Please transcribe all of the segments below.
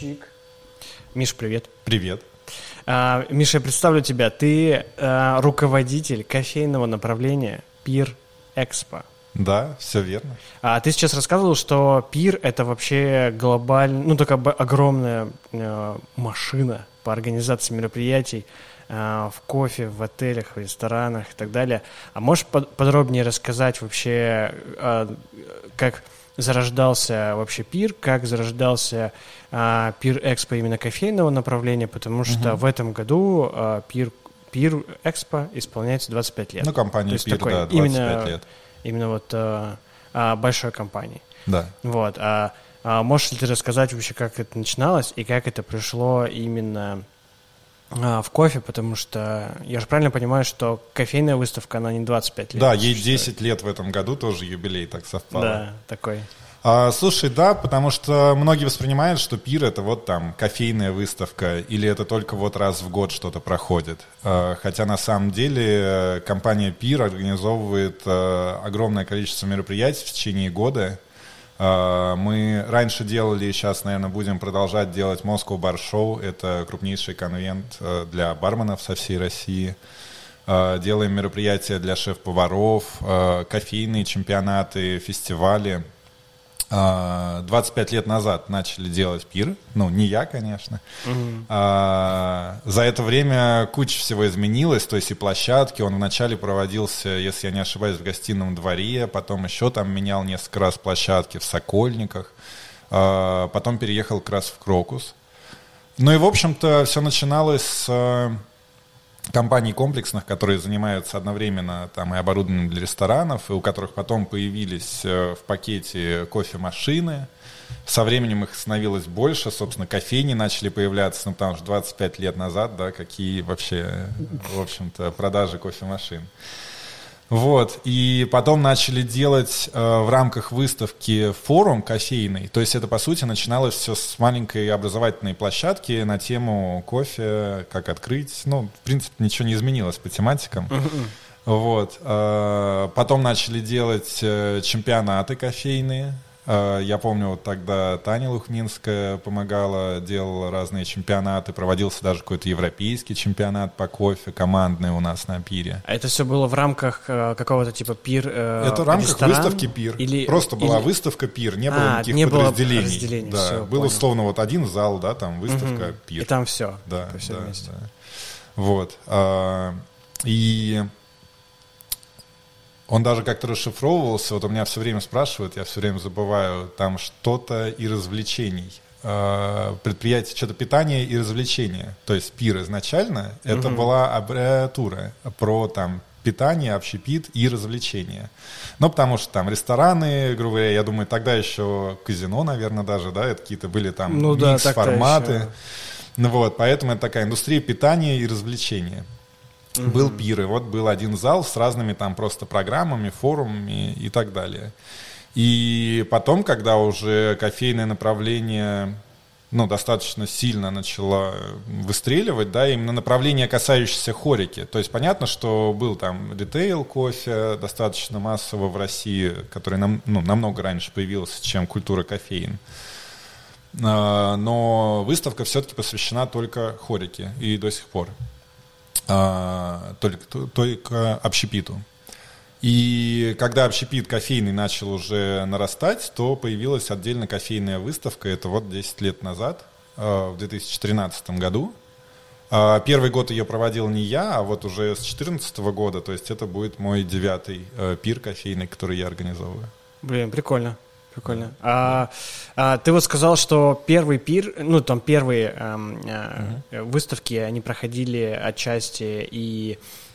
Чик. Миш, привет. Привет. Миша, я представлю тебя. Ты руководитель кофейного направления Пир Экспо. Да, все верно. Ты сейчас рассказывал, что Пир — это вообще глобальная, такая огромная машина по организации мероприятий в кофе, в отелях, в ресторанах и так далее. А можешь подробнее рассказать вообще, как зарождался вообще Пир, как зарождался Пир Экспо именно кофейного направления, потому что в этом году Пир Экспо исполняется 25 лет. Компания Пир, да, 25 лет. Именно большой компании. Да. Вот. Можешь ли ты рассказать вообще, как это начиналось и как это пришло именно в кофе, потому что я же правильно понимаю, что кофейная выставка, она не 25 лет. Да, ей 10 лет в этом году, тоже юбилей так совпало. Да, такой. Слушай, да, потому что многие воспринимают, что Пир — это вот там кофейная выставка, или это только вот раз в год что-то проходит. Хотя на самом деле компания Пир организовывает огромное количество мероприятий в течение года. Мы раньше делали, и сейчас, наверное, будем продолжать делать Moscow Bar Show. Это крупнейший конвент для барменов со всей России. Делаем мероприятия для шеф-поваров, кофейные чемпионаты, фестивали. 25 лет назад начали делать Пир. Не я, конечно. За это время куча всего изменилось. То есть и площадки. Он вначале проводился, если я не ошибаюсь, в Гостином дворе. Потом еще там менял несколько раз площадки в Сокольниках. Потом переехал как раз в Крокус. И, в общем-то, все начиналось с компаний комплексных, которые занимаются одновременно там и оборудованием для ресторанов, и у которых потом появились в пакете кофемашины. Со временем их становилось больше, собственно, кофейни начали появляться, потому что 25 лет назад, да, какие вообще, в общем-то, продажи кофемашин. Вот, и потом начали делать в рамках выставки форум кофейный, то есть это, по сути, начиналось все с маленькой образовательной площадки на тему кофе, как открыть, в принципе, ничего не изменилось по тематикам. Вот, потом начали делать чемпионаты кофейные. Я помню, вот тогда Таня Лухнинская помогала, делала разные чемпионаты, проводился даже какой-то европейский чемпионат по кофе, командный у нас на Пире. А это все было в рамках какого-то типа Пир это в рамках ресторан? Выставки Пир. Просто была выставка Пир, не было никаких подразделений. Да. Все, был понял. Условно вот один зал, да, там выставка Пир. И там все. Да, все да, вместе. Да. Вот. И он даже как-то расшифровывался, вот у меня все время спрашивают, я все время забываю, там что-то и развлечений. Предприятие, что-то питание и развлечения. То есть Пир изначально, это была аббревиатура про там питание, общепит и развлечения. Потому что там рестораны, грубо говоря, я думаю, тогда еще казино, наверное, даже, да, это какие-то были там микс-форматы. Вот, поэтому это такая индустрия питания и развлечения. Был Пир, и вот был один зал с разными там просто программами, форумами и так далее. И потом, когда уже кофейное направление достаточно сильно начало выстреливать, да, именно направление, касающееся хорики. То есть понятно, что был там ритейл кофе достаточно массово в России, который намного раньше появился, чем культура кофеин. Но выставка все-таки посвящена только хорике и до сих пор. Только общепиту. И когда общепит кофейный начал уже нарастать, то появилась отдельно кофейная выставка. Это вот 10 лет назад, в 2013 году. Первый год ее проводил не я, а вот уже с 2014 года. То есть это будет мой 9-й пир кофейный, который я организовываю. Блин, прикольно. Прикольно. Ты вот сказал, что первый пир, первые выставки, они проходили отчасти и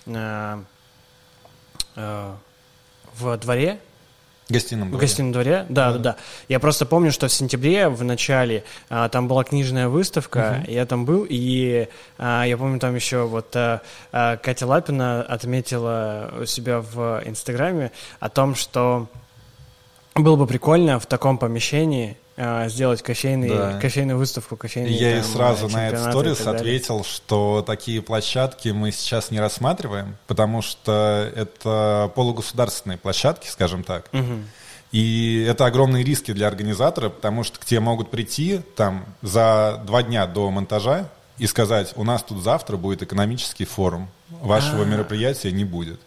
в дворе. В гостином дворе. В гостином дворе, да. Я просто помню, что в сентябре, в начале, там была книжная выставка, я там был, и я помню, там еще вот Катя Лапина отметила у себя в Инстаграме о том, что было бы прикольно в таком помещении сделать кофейную выставку, кофейный. Я ей сразу на этот сторис ответил, что такие площадки мы сейчас не рассматриваем, потому что это полугосударственные площадки, скажем так. И это огромные риски для организатора, потому что к тебе могут прийти там за 2 дня до монтажа и сказать: у нас тут завтра будет экономический форум, вашего мероприятия не будет.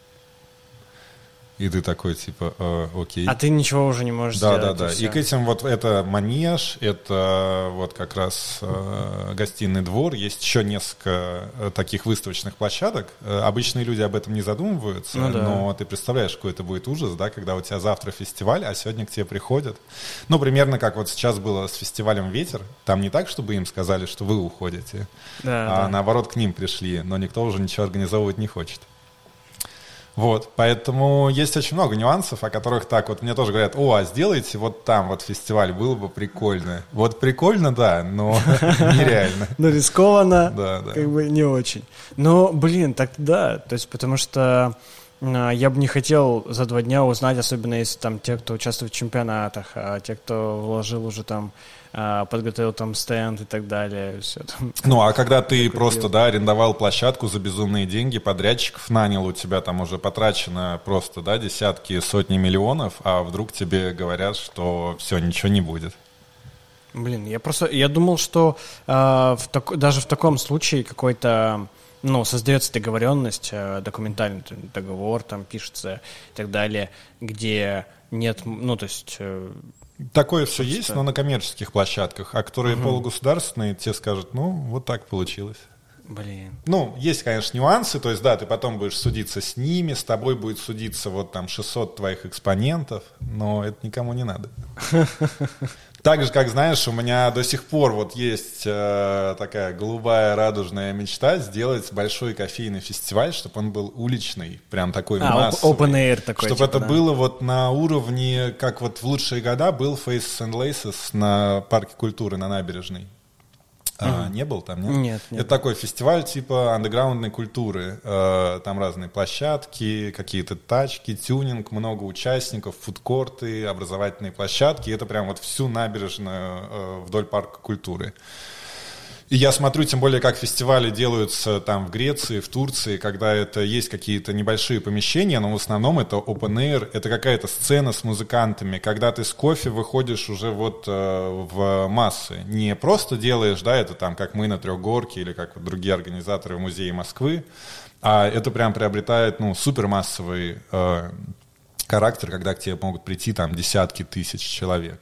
И ты такой, типа, окей. А ты ничего уже не можешь сделать. Да. И к этим вот это манеж, это вот как раз гостиный двор. Есть еще несколько таких выставочных площадок. Обычные люди об этом не задумываются, но ты представляешь, какой это будет ужас, да, когда у тебя завтра фестиваль, а сегодня к тебе приходят. Ну, примерно как вот сейчас было с фестивалем «Ветер». Там не так, чтобы им сказали, что вы уходите, наоборот, к ним пришли, но никто уже ничего организовывать не хочет. Вот, поэтому есть очень много нюансов, о которых так вот мне тоже говорят: а сделайте вот там вот фестиваль, было бы прикольно. Вот прикольно, да, но нереально. Ну, рискованно, да. как бы не очень. Но, блин, так да, то есть потому что я бы не хотел за 2 дня узнать, особенно если там те, кто участвует в чемпионатах, а те, кто вложил уже там, подготовил там стенд и так далее. Все там. Ну, а когда ты просто, арендовал площадку за безумные деньги, подрядчиков нанял, у тебя там уже потрачено просто, десятки, сотни миллионов, а вдруг тебе говорят, что все, ничего не будет. Блин, я думал, что даже в таком случае какой-то, создается договоренность, документальный договор там пишется и так далее, где нет, то есть... Такое все есть, но на коммерческих площадках, а которые полугосударственные, те скажут: вот так получилось. Блин. Есть, конечно, нюансы, то есть, ты потом будешь судиться с ними, с тобой будет судиться вот там 600 твоих экспонентов, но это никому не надо. Так же, как, знаешь, у меня до сих пор вот есть такая голубая радужная мечта сделать большой кофейный фестиваль, чтобы он был уличный, прям такой массовый. Open air такой. Чтобы это было вот на уровне, как вот в лучшие года был Faces and Laces на Парке культуры на Набережной. Не был там, нет? Нет. Это такой фестиваль типа андеграундной культуры. Там разные площадки, какие-то тачки, тюнинг, много участников, фудкорты, образовательные площадки. Это прям вот всю набережную вдоль парка культуры. И я смотрю, тем более, как фестивали делаются там в Греции, в Турции, когда это есть какие-то небольшие помещения, но в основном это open air, это какая-то сцена с музыкантами, когда ты с кофе выходишь уже вот в массы. Не просто делаешь, это там, как мы на Трехгорке или как вот другие организаторы в Музее Москвы, а это прям приобретает, супермассовый характер, когда к тебе могут прийти там десятки тысяч человек.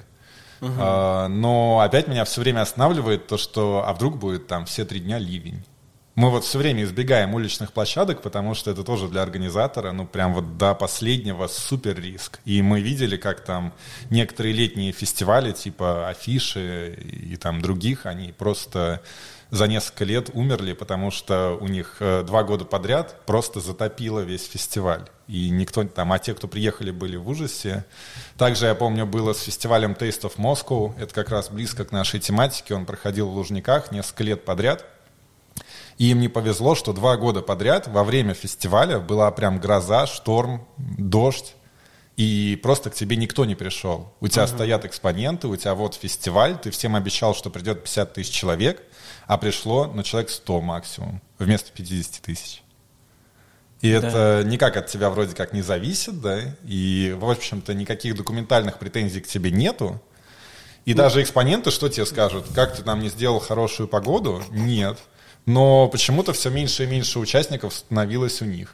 Но опять меня все время останавливает то, что а вдруг будет там все 3 дня ливень. Мы вот все время избегаем уличных площадок, потому что это тоже для организатора, прям вот до последнего супер риск. И мы видели, как там некоторые летние фестивали, типа Афиши и там других, они просто за несколько лет умерли, потому что у них 2 года подряд просто затопило весь фестиваль. И никто там, а те, кто приехали, были в ужасе. Также, я помню, было с фестивалем Taste of Moscow. Это как раз близко к нашей тематике. Он проходил в Лужниках несколько лет подряд. И им не повезло, что 2 года подряд во время фестиваля была прям гроза, шторм, дождь. И просто к тебе никто не пришел. У тебя стоят экспоненты, у тебя вот фестиваль. Ты всем обещал, что придет 50 тысяч человек, а пришло, человек 100 максимум, вместо 50 тысяч. И это никак от тебя вроде как не зависит, и, в общем-то, никаких документальных претензий к тебе нету. И даже экспоненты что тебе скажут? Как ты там не сделал хорошую погоду? Нет. Но почему-то все меньше и меньше участников становилось у них.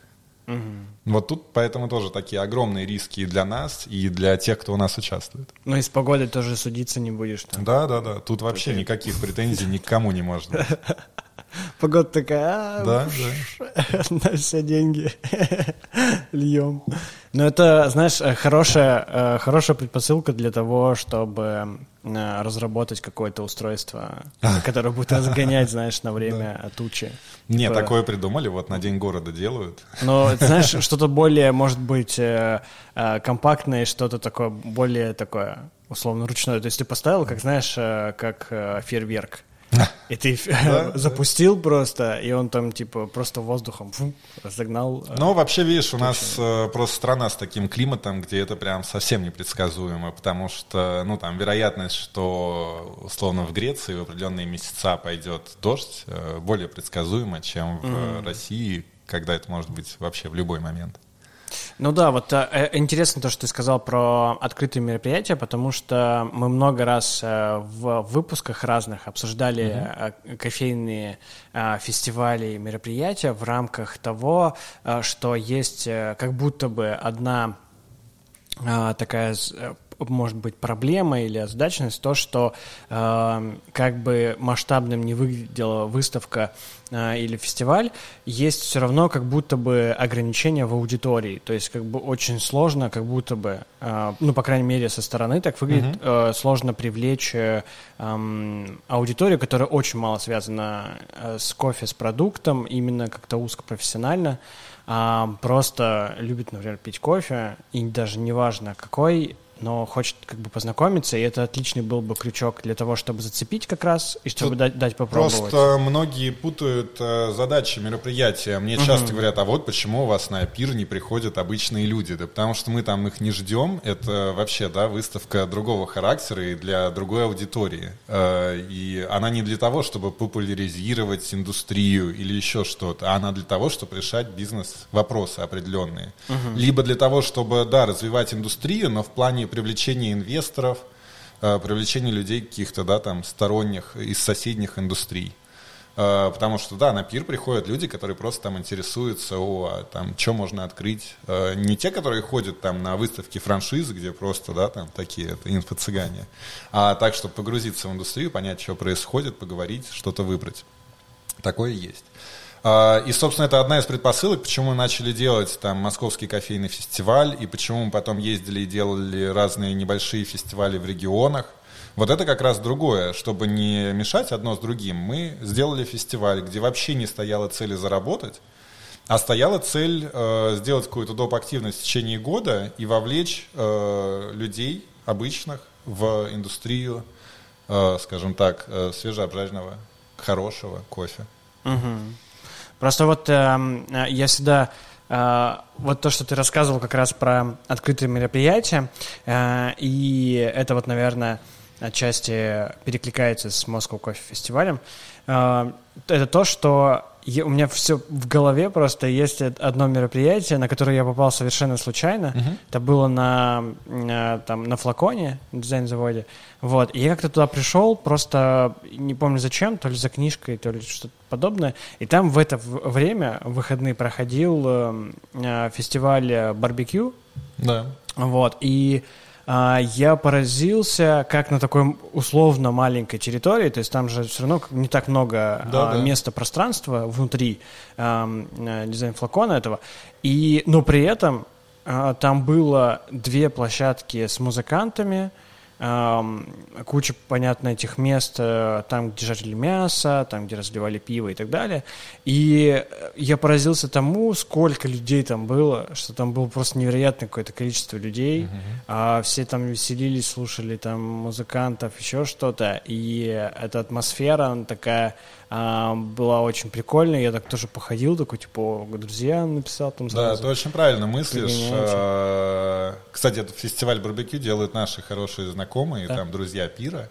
Вот тут поэтому тоже такие огромные риски и для нас, и для тех, кто у нас участвует. И с погодой тоже судиться не будешь там. Да. Тут вообще никаких претензий никому не может быть. Погода такая, да. на все деньги льем. Но это, знаешь, хорошая предпосылка для того, чтобы разработать какое-то устройство, которое будет разгонять, знаешь, на время тучи. Не, такое придумали, вот на День города делают. Но, знаешь, что-то более, может быть, компактное, что-то такое, более такое, условно, ручное. То есть ты поставил, как, знаешь, как фейерверк. И ты запустил просто, и он там типа просто воздухом разогнал. Ну, вообще, видишь, у нас просто страна с таким климатом, где это прям совсем непредсказуемо, потому что, там вероятность, что условно в Греции в определенные месяца пойдет дождь, более предсказуема, чем в России, когда это может быть вообще в любой момент. Ну да, вот интересно то, что ты сказал про открытые мероприятия, потому что мы много раз в выпусках разных обсуждали кофейные фестивали и мероприятия в рамках того, что есть как будто бы одна такая, может быть, проблема или озадаченность, то, что как бы масштабным не выглядела выставка или фестиваль, есть все равно как будто бы ограничения в аудитории. То есть как бы очень сложно, как будто бы, ну, по крайней мере, со стороны так выглядит, сложно привлечь аудиторию, которая очень мало связана с кофе, с продуктом, именно как-то узкопрофессионально, просто любит, например, пить кофе, и даже не важно какой, но хочет как бы познакомиться, и это отличный был бы крючок для того, чтобы зацепить как раз, и чтобы дать попробовать. Просто многие путают задачи мероприятия. Мне часто говорят, а вот почему у вас на пир не приходят обычные люди? Да потому что мы там их не ждем, это вообще, да, выставка другого характера и для другой аудитории. И она не для того, чтобы популяризировать индустрию или еще что-то, а она для того, чтобы решать бизнес-вопросы определенные. Либо для того, чтобы, да, развивать индустрию, но в плане привлечения инвесторов, привлечения людей каких-то, да, там, сторонних из соседних индустрий. Потому что, да, на пир приходят люди, которые просто там интересуются, там, что можно открыть. Не те, которые ходят там на выставки франшизы, где просто, да, там, такие инфо-цыгане, а так, чтобы погрузиться в индустрию, понять, что происходит, поговорить, что-то выбрать. Такое есть. И, собственно, это одна из предпосылок, почему мы начали делать там Московский кофейный фестиваль, и почему мы потом ездили и делали разные небольшие фестивали в регионах. Вот это как раз другое, чтобы не мешать одно с другим. Мы сделали фестиваль, где вообще не стояла цели заработать, а стояла цель сделать какую-то доп. Активность в течение года и вовлечь людей обычных в индустрию, скажем так, свежеобжаренного, хорошего кофе. Просто вот я всегда, вот то, что ты рассказывал как раз про открытые мероприятия, и это вот, наверное, отчасти перекликается с Moscow Coffee фестивалем, это то, что у меня все в голове просто есть одно мероприятие, на которое я попал совершенно случайно. Это было на флаконе, на дизайн-заводе. Вот. И я как-то туда пришел, просто не помню зачем, то ли за книжкой, то ли что-то подобное. И там в это время, в выходные, проходил фестиваль барбекю. Да. Вот. И я поразился, как на такой условно маленькой территории, то есть там же все равно не так много места, пространства внутри дизайн-флакона этого, но при этом там было 2 площадки с музыкантами, куча, понятно, этих мест, там, где жарили мясо, там, где разливали пиво и так далее. И я поразился тому, сколько людей там было, что там было просто невероятное какое-то количество людей. Все там веселились, слушали там музыкантов, еще что-то. И эта атмосфера, она такая была очень прикольная. Я так тоже походил, такой, типа, друзья написал там сразу. Да, ты очень правильно мыслишь. Кстати, этот фестиваль барбекю делают наши хорошие знакомые, там, друзья пира.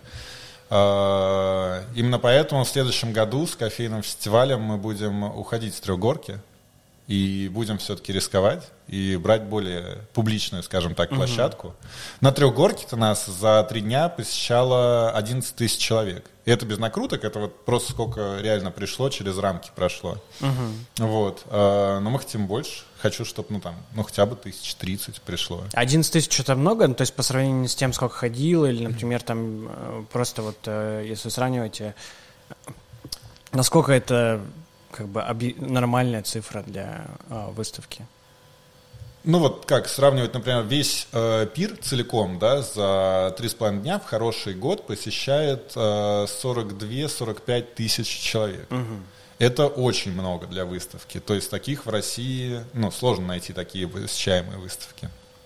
Именно поэтому в следующем году с кофейным фестивалем мы будем уходить с Трехгорки и будем все-таки рисковать и брать более публичную, скажем так, площадку. На Трехгорке-то нас за 3 дня посещало 11 тысяч человек. И это без накруток, это вот просто сколько реально пришло, через рамки прошло. Вот. Но мы хотим больше. Хочу, чтобы, хотя бы 1030 пришло. 11 тысяч что-то много? Ну, то есть по сравнению с тем, сколько ходил, или, например, там просто вот, если сравниваете, насколько это как бы нормальная цифра для выставки? Ну вот как сравнивать, например, весь пир целиком, да, за 3,5 дня в хороший год посещает 42-45 тысяч человек. Это очень много для выставки. То есть таких в России, сложно найти такие посещаемые выставки.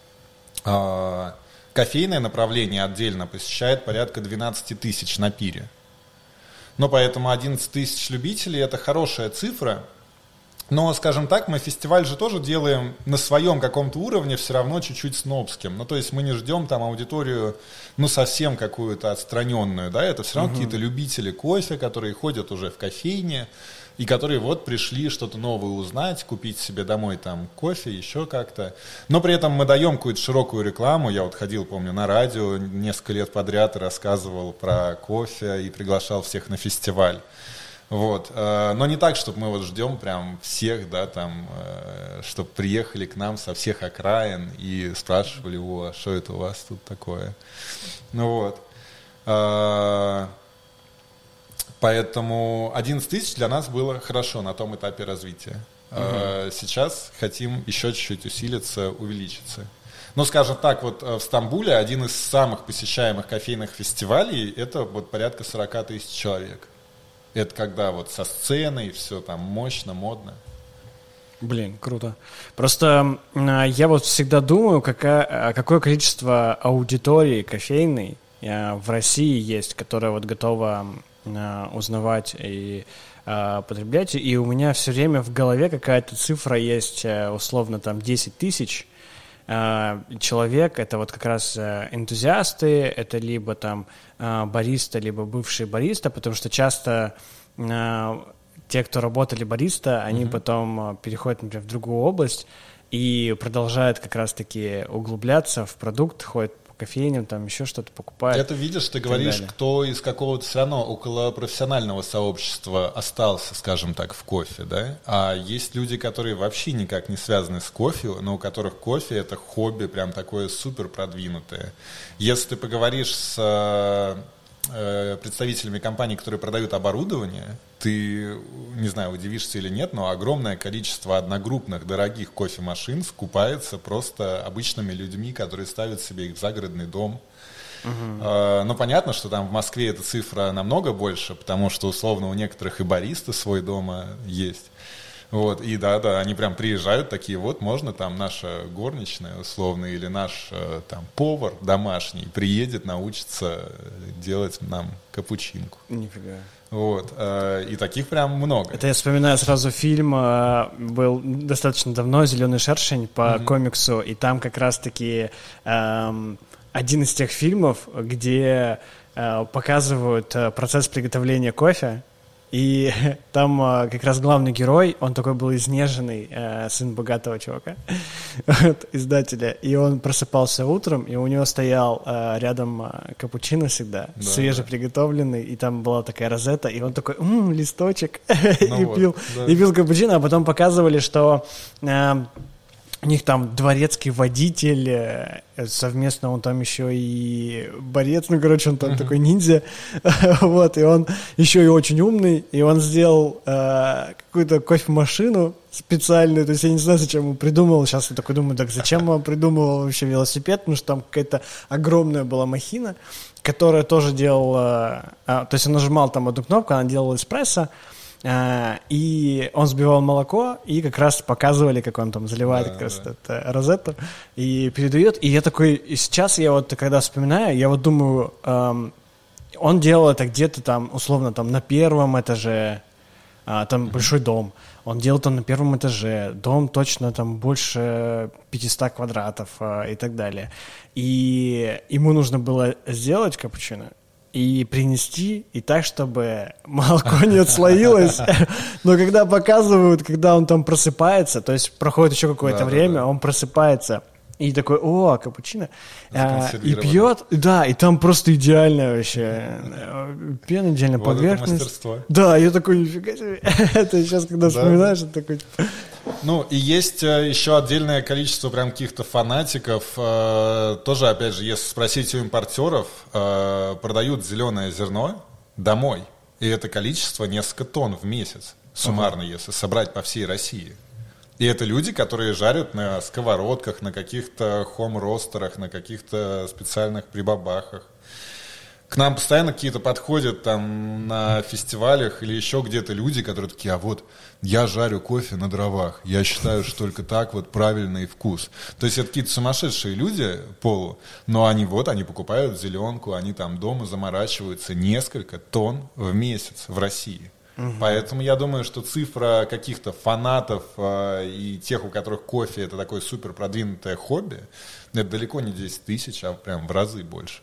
Кофейное направление отдельно посещает порядка 12 тысяч на пире. Но поэтому 11 тысяч любителей – это хорошая цифра. Но, скажем так, мы фестиваль же тоже делаем на своем каком-то уровне, все равно чуть-чуть снобским. Ну, то есть мы не ждем там аудиторию, ну, совсем какую-то отстраненную, да, это все равно какие-то любители кофе, которые ходят уже в кофейне, и которые вот пришли что-то новое узнать, купить себе домой там кофе, еще как-то. Но при этом мы даем какую-то широкую рекламу. Я вот ходил, помню, на радио несколько лет подряд и рассказывал про кофе и приглашал всех на фестиваль. Вот. Но не так, чтобы мы вот ждем прям всех, да, там, чтобы приехали к нам со всех окраин и спрашивали, о, что это у вас тут такое. Ну вот. Поэтому 11 тысяч для нас было хорошо на том этапе развития. Сейчас хотим еще чуть-чуть усилиться, увеличиться. Но, скажем так, вот в Стамбуле один из самых посещаемых кофейных фестивалей – это вот порядка 40 тысяч человек. Это когда вот со сценой все там мощно, модно. Блин, круто. Просто я вот всегда думаю, какое количество аудитории кофейной в России есть, которая вот готова узнавать и потреблять. И у меня все время в голове какая-то цифра есть, условно там 10 тысяч человек. Это вот как раз энтузиасты, это либо там бариста, либо бывший бариста, потому что часто те, кто работали бариста, они потом переходят, например, в другую область и продолжают как раз-таки углубляться в продукт, ходят по кофейням, там еще что-то покупают. Это, видишь, ты говоришь, кто из какого-то все равно около профессионального сообщества остался, скажем так, в кофе, да? А есть люди, которые вообще никак не связаны с кофе, но у которых кофе — это хобби прям такое супер продвинутое. Если ты поговоришь с представителями компаний, которые продают оборудование, ты, не знаю, удивишься или нет, но огромное количество одногруппных дорогих кофемашин скупается просто обычными людьми, которые ставят себе их в загородный дом. Но понятно, что там в Москве эта цифра намного больше, потому что условно у некоторых и баристы свой дома есть. Вот, и да, они прям приезжают такие, вот можно там наша горничная условно или наш там повар домашний приедет, научится делать нам капучинку. Нифига. Вот, и таких прям много. Это я вспоминаю сразу фильм, был достаточно давно, «Зеленый шершень» по комиксу, и там как раз-таки один из тех фильмов, где показывают процесс приготовления кофе. И там как раз главный герой, он такой был изнеженный, сын богатого чувака, издателя, и он просыпался утром, и у него стоял рядом капучино всегда, свежеприготовленный, и там была такая розетта, и он такой, листочек, и пил капучино, а потом показывали, что у них там дворецкий водитель, совместно он там еще и борец, ну, короче, он там такой ниндзя, вот, и он еще и очень умный, и он сделал какую-то кофемашину специальную, то есть я не знаю, зачем он придумал, сейчас я такой думаю, так зачем он придумал вообще велосипед, потому что там какая-то огромная была махина, которая тоже делала, то есть он нажимал там одну кнопку, она делала эспрессо, и он сбивал молоко, и как раз показывали, как он там заливает как раз эту розетту и передает. И я такой, и сейчас я вот, когда вспоминаю, я вот думаю, он делал это где-то там, условно, там на первом этаже, там большой дом, он делал там на первом этаже, дом точно там больше 500 квадратов и так далее. И ему нужно было сделать капучино, и принести, и так, чтобы молоко не отслоилось. Но когда показывают, когда он там просыпается, то есть проходит еще какое-то время, он просыпается, и такой, о, капучино, и пьет, да, и там просто идеальная вообще пена, идеальная поверхность. Да, я такой, нифига себе. Это сейчас, когда вспоминаешь, это такой... Ну, и есть еще отдельное количество прям каких-то фанатиков. Тоже, опять же, если спросить у импортеров, продают зеленое зерно домой. И это количество несколько тонн в месяц, суммарно, если собрать по всей России. И это люди, которые жарят на сковородках, на каких-то хом-ростерах, на каких-то специальных прибабахах. К нам постоянно какие-то подходят там на фестивалях или еще где-то люди, которые такие, а вот я жарю кофе на дровах, я считаю, что только так вот правильный вкус. То есть это какие-то сумасшедшие люди но они покупают зеленку, они там дома заморачиваются несколько тонн в месяц в России. Поэтому я думаю, что цифра каких-то фанатов и тех, у которых кофе это такое супер продвинутое хобби, это далеко не 10 тысяч, а прям в разы больше.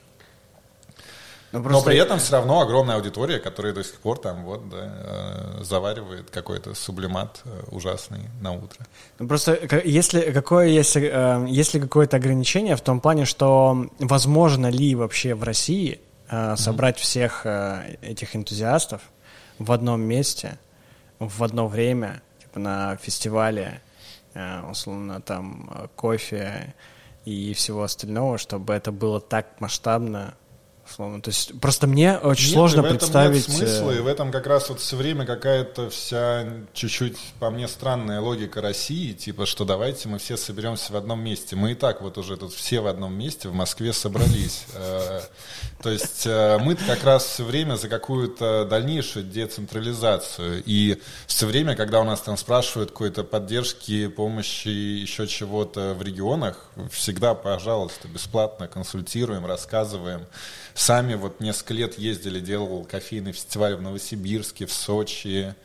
Но при этом все равно огромная аудитория, которая до сих пор там вот, да, заваривает какой-то сублимат ужасный на утро. Просто есть ли какое-то ограничение в том плане, что возможно ли вообще в России собрать всех этих энтузиастов в одном месте, в одно время, типа на фестивале, условно, там, кофе и всего остального, чтобы это было так масштабно, условно. То есть просто мне очень сложно представить... Нет смысла, и в этом как раз вот все время какая-то вся чуть-чуть, по мне, странная логика России, типа, что давайте мы все соберемся в одном месте. Мы и так вот уже тут все в одном месте в Москве собрались. То есть мы-то как раз все время за какую-то дальнейшую децентрализацию. И все время, когда у нас там спрашивают какой-то поддержки, помощи, еще чего-то в регионах, всегда, пожалуйста, бесплатно консультируем, рассказываем. Сами вот несколько лет ездили, делал кофейный фестиваль в Новосибирске, в Сочи,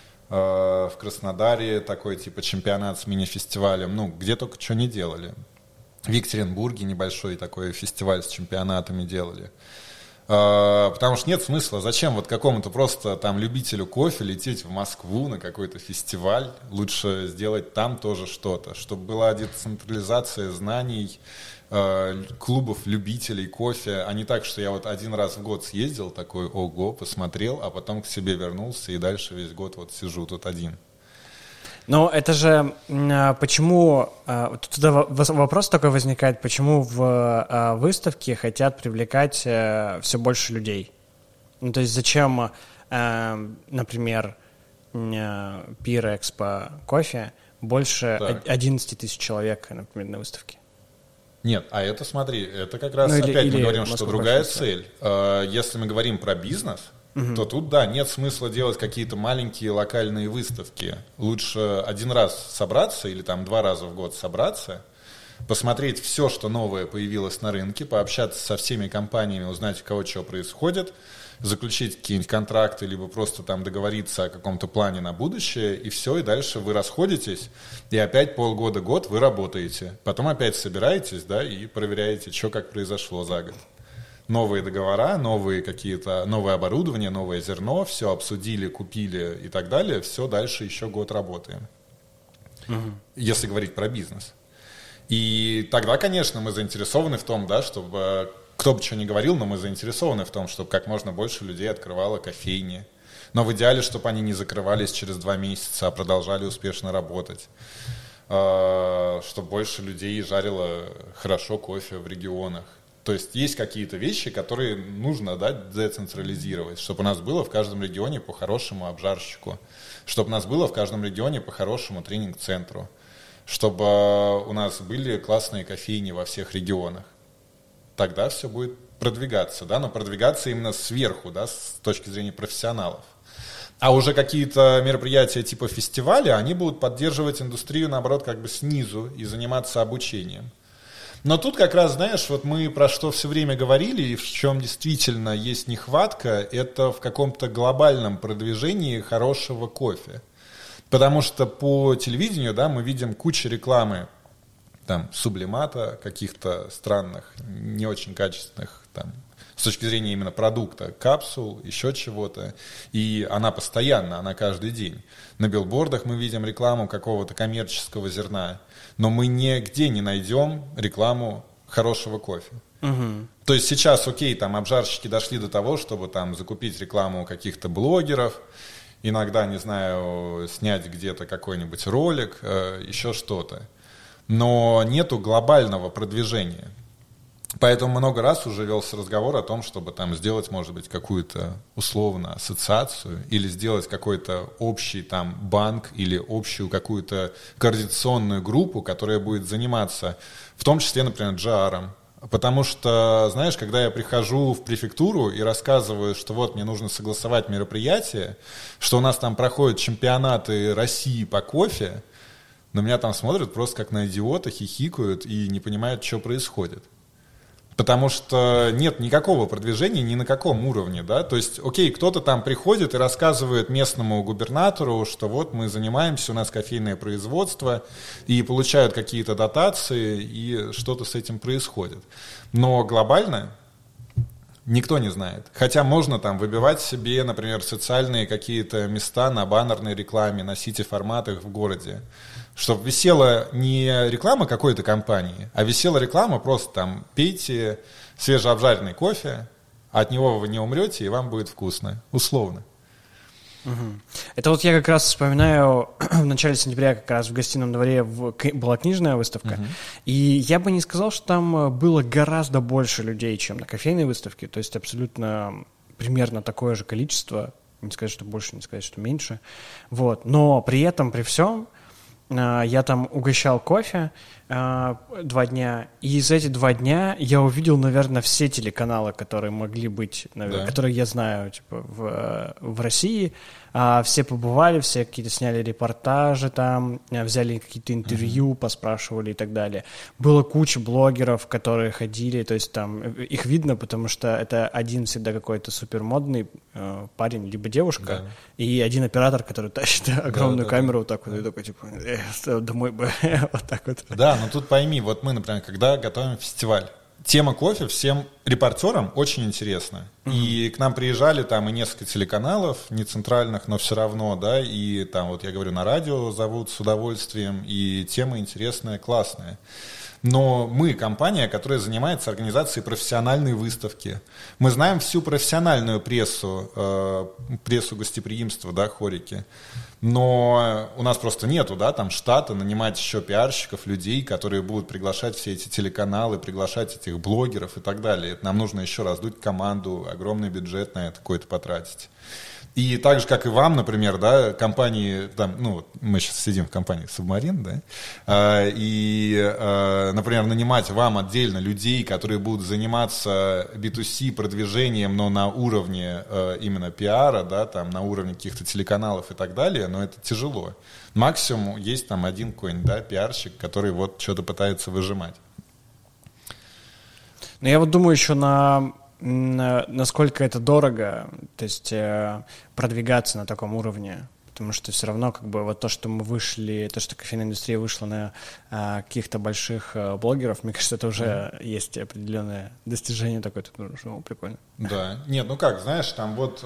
в Краснодаре такой типа чемпионат с мини-фестивалем, ну, где только что не делали. В Екатеринбурге небольшой такой фестиваль с чемпионатами делали. Потому что нет смысла, зачем вот какому-то просто там любителю кофе лететь в Москву на какой-то фестиваль, лучше сделать там тоже что-то, чтобы была децентрализация знаний, клубов любителей кофе, а не так, что я вот один раз в год съездил, такой, ого, посмотрел, а потом к себе вернулся и дальше весь год вот сижу тут один. Но это же почему, туда вопрос такой возникает, почему в выставке хотят привлекать все больше людей? Ну, то есть зачем, например, Пир Экспо кофе больше 11 тысяч человек, например, на выставке? Нет, а это, смотри, это как раз опять мы говорим, что другая цель. Если мы говорим про бизнес, то тут, да, нет смысла делать какие-то маленькие локальные выставки. Лучше один раз собраться или там 2 раза в год собраться, посмотреть все, что новое появилось на рынке, пообщаться со всеми компаниями, узнать, у кого что происходит, заключить какие-нибудь контракты, либо просто там договориться о каком-то плане на будущее, и все, и дальше вы расходитесь, и опять полгода-год вы работаете. Потом опять собираетесь, да, и проверяете, что как произошло за год. Новые договора, новое оборудование, новое зерно, все обсудили, купили и так далее, все, дальше еще год работаем. Если говорить про бизнес. И тогда, конечно, мы заинтересованы в том, да, чтобы, кто бы что ни говорил, но мы заинтересованы в том, чтобы как можно больше людей открывало кофейни. Но в идеале, чтобы они не закрывались через 2 месяца, а продолжали успешно работать. Чтобы больше людей жарило хорошо кофе в регионах. То есть есть какие-то вещи, которые нужно, да, децентрализировать, чтобы у нас было в каждом регионе по хорошему обжарщику, чтобы у нас было в каждом регионе по хорошему тренинг-центру, чтобы у нас были классные кофейни во всех регионах. Тогда все будет продвигаться, да, но продвигаться именно сверху, да, с точки зрения профессионалов. А уже какие-то мероприятия типа фестиваля, они будут поддерживать индустрию, наоборот, как бы снизу и заниматься обучением. Но тут как раз, знаешь, вот мы про что все время говорили, и в чем действительно есть нехватка, это в каком-то глобальном продвижении хорошего кофе. Потому что по телевидению, да, мы видим кучу рекламы там, сублимата, каких-то странных, не очень качественных, там, с точки зрения именно продукта, капсул, еще чего-то. И она постоянно, она каждый день. На билбордах мы видим рекламу какого-то коммерческого зерна, но мы нигде не найдем рекламу хорошего кофе. То есть сейчас, окей, там обжарщики дошли до того, чтобы там закупить рекламу каких-то блогеров, иногда, не знаю, снять где-то какой-нибудь ролик, еще что-то. Но нету глобального продвижения. Поэтому много раз уже велся разговор о том, чтобы там сделать, может быть, какую-то условно ассоциацию или сделать какой-то общий там банк или общую какую-то координационную группу, которая будет заниматься, в том числе, например, джаром. Потому что, знаешь, когда я прихожу в префектуру и рассказываю, что вот мне нужно согласовать мероприятие, что у нас там проходят чемпионаты России по кофе, на меня там смотрят просто как на идиота, хихикают и не понимают, что происходит. Потому что нет никакого продвижения ни на каком уровне, да, то есть, окей, кто-то там приходит и рассказывает местному губернатору, что вот мы занимаемся, у нас кофейное производство, и получают какие-то дотации, и что-то с этим происходит. Но глобально никто не знает. Хотя можно там выбивать себе, например, социальные какие-то места на баннерной рекламе, на сити-форматах в городе, чтобы висела не реклама какой-то компании, а висела реклама просто там: пейте свежеобжаренный кофе, от него вы не умрете, и вам будет вкусно. Условно. Угу. Это вот я как раз вспоминаю, в начале сентября как раз в гостином дворе была книжная выставка, и я бы не сказал, что там было гораздо больше людей, чем на кофейной выставке, то есть абсолютно примерно такое же количество, не сказать, что больше, не сказать, что меньше, вот. Но при этом, при всем, я там угощал кофе 2 дня, и за эти 2 дня я увидел, наверное, все телеканалы, которые могли быть, наверное, которые я знаю, типа, в России. Все побывали, все какие-то сняли репортажи там, взяли какие-то интервью, поспрашивали и так далее. Было куча блогеров, которые ходили, то есть там их видно, потому что это один всегда какой-то супермодный парень, либо девушка, и один оператор, который тащит огромную камеру вот так вот, и такой, типа, домой бы, вот так вот. Да, но тут пойми, вот мы, например, когда готовим фестиваль, тема кофе всем репортерам очень интересна. И к нам приезжали там и несколько телеканалов, не центральных, но все равно, да, и там, вот я говорю, на радио зовут с удовольствием, и тема интересная, классная. Но мы компания, которая занимается организацией профессиональной выставки. Мы знаем всю профессиональную прессу, прессу гостеприимства, да, хорики. Но у нас просто нету, да, там штата нанимать еще пиарщиков, людей, которые будут приглашать все эти телеканалы, приглашать этих блогеров и так далее. Это нам нужно еще раздуть команду, огромный бюджет на это какой-то потратить. И так же, как и вам, например, да, компании, там, ну, мы сейчас сидим в компании «Субмарин», да, например, нанимать вам отдельно людей, которые будут заниматься B2C продвижением, но на уровне именно пиара, да, там, на уровне каких-то телеканалов и так далее, но это тяжело. Максимум есть там один какой-нибудь, да, пиарщик, который вот что-то пытается выжимать. Но я вот думаю еще насколько это дорого, то есть продвигаться на таком уровне, потому что все равно как бы вот то, что мы вышли, то, что кофейная индустрия вышла на каких-то больших блогеров, мне кажется, это уже есть определенное достижение такое, что прикольно. Да, нет, ну как, знаешь, там вот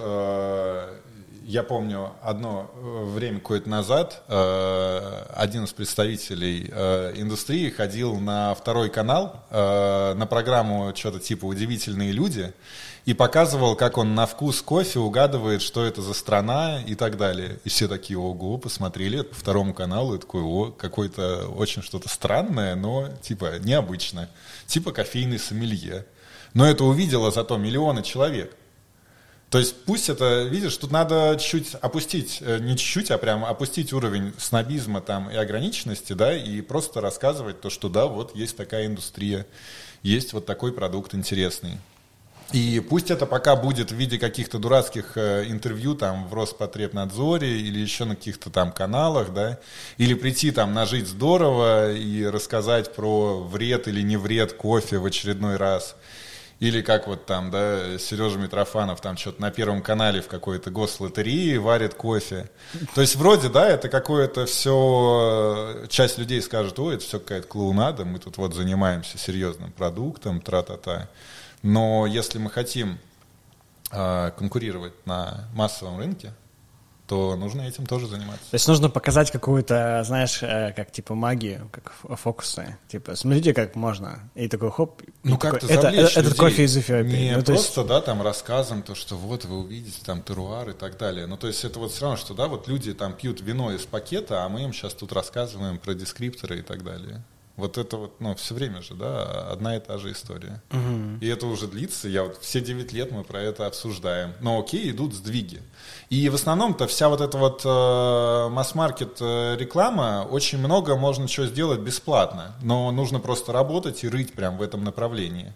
я помню одно время какое-то назад один из представителей индустрии ходил на второй канал на программу что-то типа «Удивительные люди» и показывал, как он на вкус кофе угадывает, что это за страна и так далее. И все такие: ого, посмотрели по второму каналу, и такой: о, какое-то очень что-то странное, но типа необычно, типа кофейный сомелье. Но это увидело зато миллионы человек. То есть пусть это, видишь, тут надо чуть-чуть опустить, не чуть-чуть, а прям опустить уровень снобизма там и ограниченности, да, и просто рассказывать то, что да, вот есть такая индустрия, есть вот такой продукт интересный. И пусть это пока будет в виде каких-то дурацких интервью там в Роспотребнадзоре или еще на каких-то там каналах, да, или прийти там на «Жить здорово» и рассказать про вред или не вред кофе в очередной раз. Или как вот там, да, Сережа Митрофанов там что-то на Первом канале в какой-то гослотерее варит кофе. То есть вроде, да, это какое-то все, часть людей скажет: ой, это все какая-то клоунада, мы тут вот занимаемся серьезным продуктом, тра-та-та. Но если мы хотим конкурировать на массовом рынке, то нужно этим тоже заниматься. То есть нужно показать какую-то, знаешь, как типа магию, как фокусы. Типа, смотрите, как можно. И такой хоп. Ну как-то завлечь этот кофе из Эфиопии. Не ну, просто, есть... да, там рассказом, то, что вот вы увидите там теруар и так далее. Ну то есть это вот все равно, что, да, вот люди там пьют вино из пакета, а мы им сейчас тут рассказываем про дескрипторы и так далее. Вот это вот, ну, все время же, да, одна и та же история. И это уже длится, вот все 9 лет мы про это обсуждаем. Но окей, идут сдвиги. И в основном-то вся вот эта вот масс-маркет реклама, очень много можно чего сделать бесплатно. Но нужно просто работать и рыть прям в этом направлении.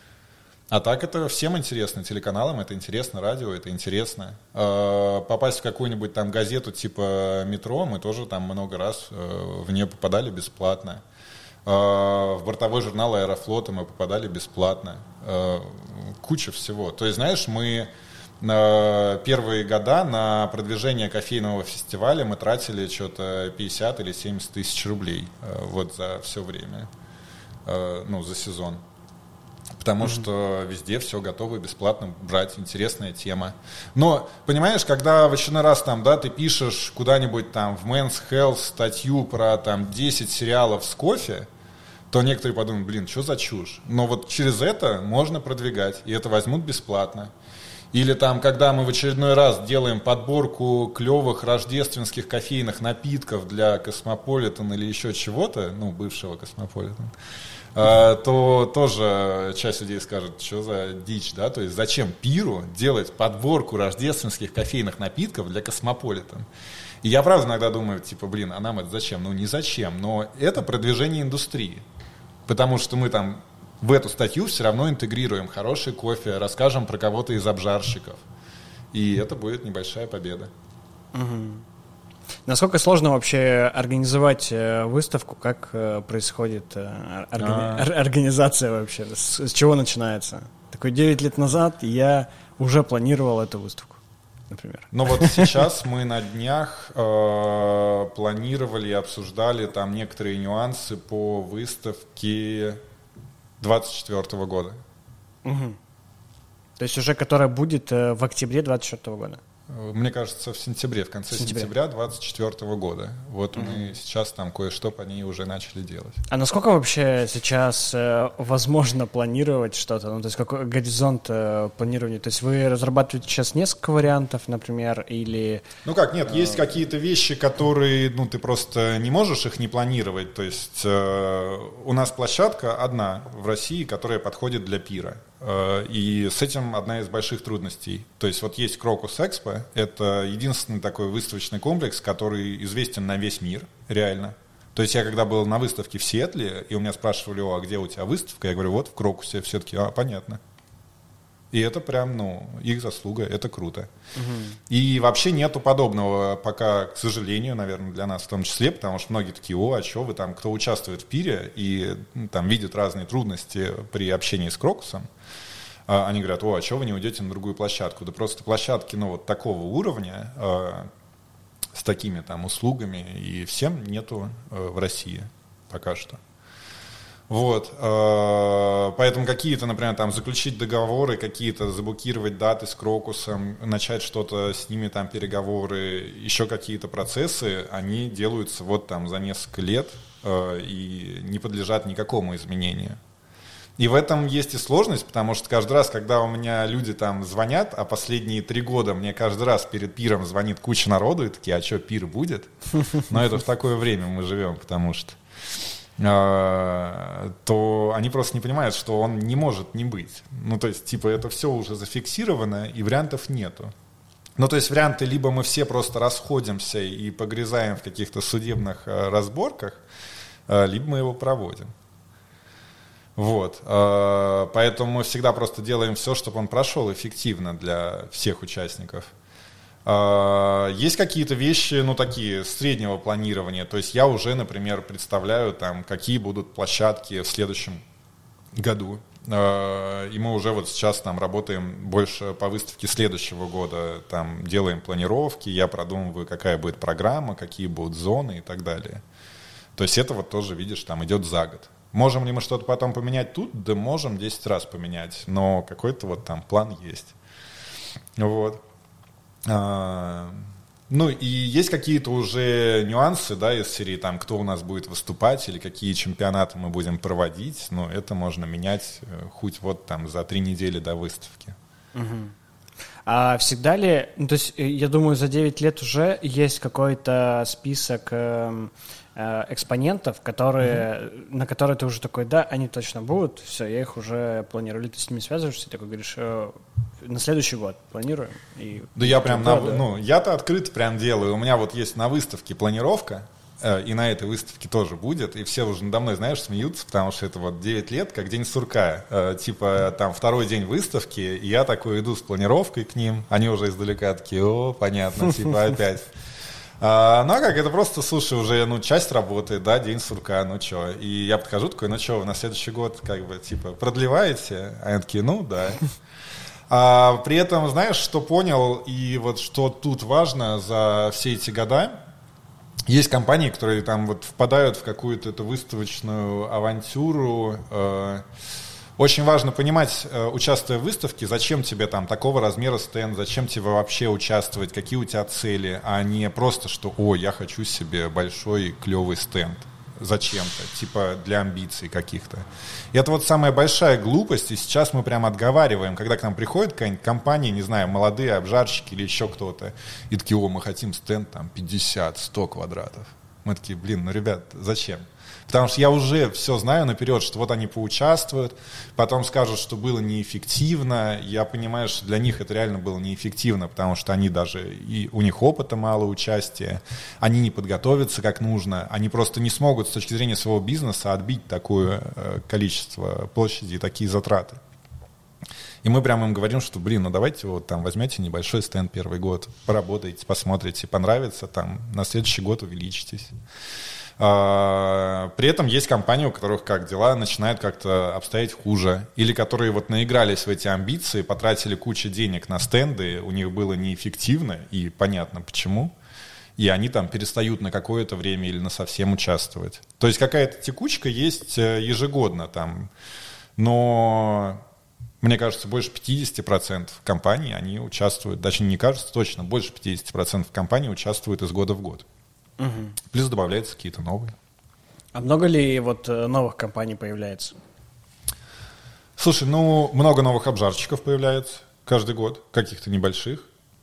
А так это всем интересно, телеканалам это интересно, радио это интересно. Попасть в какую-нибудь там газету типа «Метро», мы тоже там много раз в нее попадали бесплатно. В бортовой журнал «Аэрофлота» мы попадали бесплатно. Куча всего. То есть, знаешь, мы первые года на продвижение кофейного фестиваля мы тратили что-то 50 или 70 тысяч рублей вот за все время, за сезон. Потому что везде все готово бесплатно брать, интересная тема. Но, понимаешь, когда в очередной раз там, да, ты пишешь куда-нибудь там в Men's Health статью про там 10 сериалов с кофе, то некоторые подумают, блин, что за чушь? Но вот через это можно продвигать, и это возьмут бесплатно. Или там, когда мы в очередной раз делаем подборку клевых рождественских кофейных напитков для Космополитен или еще чего-то, бывшего Космополитен, то тоже часть людей скажет, что за дичь, да, то есть зачем пиру делать подборку рождественских кофейных напитков для Космополитен? И я правда иногда думаю, а нам это зачем? Не зачем, но это продвижение индустрии, потому что мы там в эту статью все равно интегрируем хороший кофе, расскажем про кого-то из обжарщиков, и это будет небольшая победа. Угу. Насколько сложно вообще организовать выставку? Как происходит организация вообще? С чего начинается? 9 лет назад я уже планировал эту выставку, например. Вот сейчас мы на днях планировали и обсуждали там некоторые нюансы по выставке 2024 года. Угу. То есть уже которая будет в октябре 2024 года? Мне кажется, в сентябре, в конце сентября 2024 года. Вот мы сейчас там кое-что по ней уже начали делать. А насколько вообще сейчас возможно планировать что-то? То есть какой горизонт планирования? То есть вы разрабатываете сейчас несколько вариантов, например, или... Нет, есть какие-то вещи, которые, ты просто не можешь их не планировать. То есть у нас площадка одна в России, которая подходит для пира. И с этим одна из больших трудностей. То есть вот есть Крокус Экспо, это единственный такой выставочный комплекс, который известен на весь мир, реально. То есть я когда был на выставке в Сиэтле, и у меня спрашивали, а где у тебя выставка? Я говорю, вот в Крокусе. Все-таки, понятно. И это прям, их заслуга, это круто. Угу. И вообще нету подобного пока, к сожалению, наверное, для нас в том числе, потому что многие такие, а что вы там, кто участвует в пире и там видит разные трудности при общении с Крокусом, они говорят, а что вы не уйдете на другую площадку? Да просто площадки, такого уровня, с такими там услугами и всем нету в России пока что. Поэтому какие-то, например, там заключить договоры, какие-то заблокировать даты с Крокусом, начать что-то с ними там переговоры, еще какие-то процессы, они делаются за несколько лет и не подлежат никакому изменению. И в этом есть и сложность, потому что каждый раз, когда у меня люди там звонят, а последние 3 года мне каждый раз перед пиром звонит куча народу, и такие, а что, пир будет? Но это в такое время мы живем, потому что то они просто не понимают, что он не может не быть. То есть, это все уже зафиксировано, и вариантов нету. То есть, варианты, либо мы все просто расходимся и погрязаем в каких-то судебных разборках, либо мы его проводим. Поэтому мы всегда просто делаем все, чтобы он прошел эффективно для всех участников. Есть какие-то вещи, такие среднего планирования. То есть я уже, например, представляю, там, какие будут площадки в следующем году. И мы уже сейчас там работаем больше по выставке следующего года. Там делаем планировки, я продумываю, какая будет программа, какие будут зоны и так далее. То есть это тоже, видишь, там идет за год. Можем ли мы что-то потом поменять тут? Да можем 10 раз поменять. Но какой-то там план есть. И есть какие-то уже нюансы, да, из серии, там, кто у нас будет выступать или какие чемпионаты мы будем проводить, но это можно менять хоть за 3 недели до выставки. Угу. А всегда ли, то есть я думаю, за 9 лет уже есть какой-то список экспонентов, на которые ты уже такой, да, они точно будут, все, я их уже планирую. Или ты с ними связываешься, и такой говоришь, на следующий год планируем. Да я прям, я-то открыто прям делаю. У меня есть на выставке планировка, и на этой выставке тоже будет, и все уже надо мной, знаешь, смеются, потому что это 9 лет, как день сурка. Там 2-й день выставки, и я такой иду с планировкой к ним, они уже издалека такие, понятно, опять. Ну, а как, это просто, слушай, уже, часть работы, да, день сурка, ну, чё. И я подхожу такой, ну, чё, вы на следующий год, как бы, типа, продлеваете? А они такие, ну, да. При этом, знаешь, что понял, и вот что тут важно за все эти года, есть компании, которые там вот впадают в какую-то эту выставочную авантюру. Очень важно понимать, участвуя в выставке, зачем тебе там такого размера стенд, зачем тебе вообще участвовать, какие у тебя цели, а не просто, что, я хочу себе большой клевый стенд. Зачем-то, типа для амбиций каких-то. И это вот самая большая глупость, и сейчас мы прям отговариваем, когда к нам приходит какая-нибудь компания, не знаю, молодые обжарщики или еще кто-то, и такие, мы хотим стенд там 50-100 квадратов. Мы такие, ребят, зачем? Потому что я уже все знаю наперед, что вот они поучаствуют, потом скажут, что было неэффективно. Я понимаю, что для них это реально было неэффективно, потому что они даже, и у них опыта мало участия, они не подготовятся как нужно, они просто не смогут с точки зрения своего бизнеса отбить такое количество площади и такие затраты. И мы прямо им говорим, что, давайте вот там возьмете небольшой стенд первый год, поработайте, посмотрите, понравится, там на следующий год увеличитесь. При этом есть компании, у которых как дела начинают как-то обстоять хуже, или которые вот наигрались в эти амбиции, потратили кучу денег на стенды, у них было неэффективно, и понятно почему, и они там перестают на какое-то время или на совсем участвовать. То есть какая-то текучка есть ежегодно там, но мне кажется, больше 50% компаний, они участвуют, даже не кажется точно, больше 50% компаний участвуют из года в год. Угу. Плюс добавляются какие-то новые. А много ли вот новых компаний появляется? Слушай, много новых обжарщиков появляется каждый год, каких-то небольших.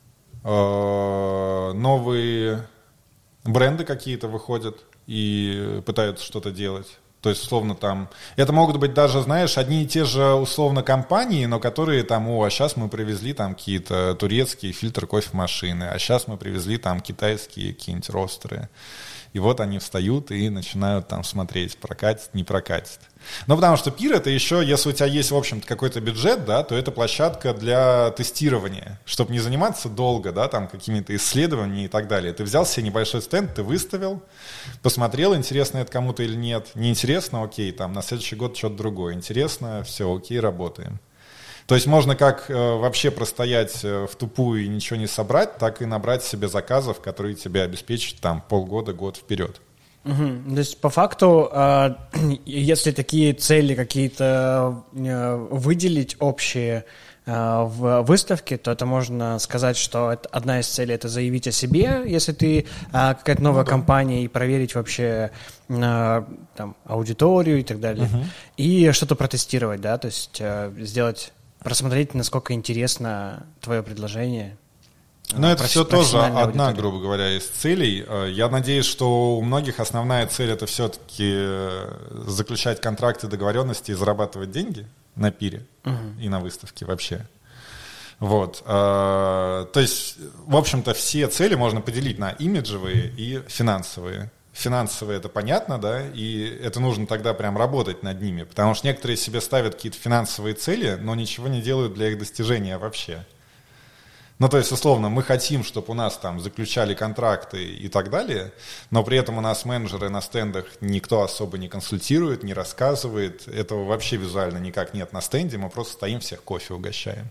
Новые бренды какие-то выходят и пытаются что-то делать. То есть, условно, там... Это могут быть даже, знаешь, одни и те же, условно, компании, но которые там, а сейчас мы привезли там какие-то турецкие фильтр-кофемашины, а сейчас мы привезли там китайские какие-нибудь ростеры. И вот они встают и начинают там смотреть, прокатит, не прокатит. Ну, потому что пир — это еще, если у тебя есть, в общем-то, какой-то бюджет, да, то это площадка для тестирования, чтобы не заниматься долго, да, там, какими-то исследованиями и так далее. Ты взял себе небольшой стенд, ты выставил, посмотрел, интересно это кому-то или нет. Неинтересно, окей, там, на следующий год что-то другое. Интересно, все, окей, работаем. То есть можно как вообще простоять в тупую и ничего не собрать, так и набрать себе заказов, которые тебе обеспечат там полгода, год вперед. Угу. То есть по факту, если такие цели какие-то выделить общие в выставке, то это можно сказать, что одна из целей — это заявить о себе, если ты какая-то новая компания, и проверить вообще там, аудиторию и так далее. И что-то протестировать, да, то есть просмотреть, насколько интересно твое предложение. Но это все тоже одна, грубо говоря, из целей. Я надеюсь, что у многих основная цель — это все-таки заключать контракты, договоренности и зарабатывать деньги на пире и на выставке вообще. Вот. То есть, в общем-то, все цели можно поделить на имиджевые и финансовые. Финансовые — это понятно, да, и это нужно тогда прям работать над ними, потому что некоторые себе ставят какие-то финансовые цели, но ничего не делают для их достижения вообще. Ну, то есть, условно, мы хотим, чтобы у нас там заключали контракты и так далее, но при этом у нас менеджеры на стендах никто особо не консультирует, не рассказывает, этого вообще визуально никак нет на стенде, мы просто стоим, всех кофе угощаем.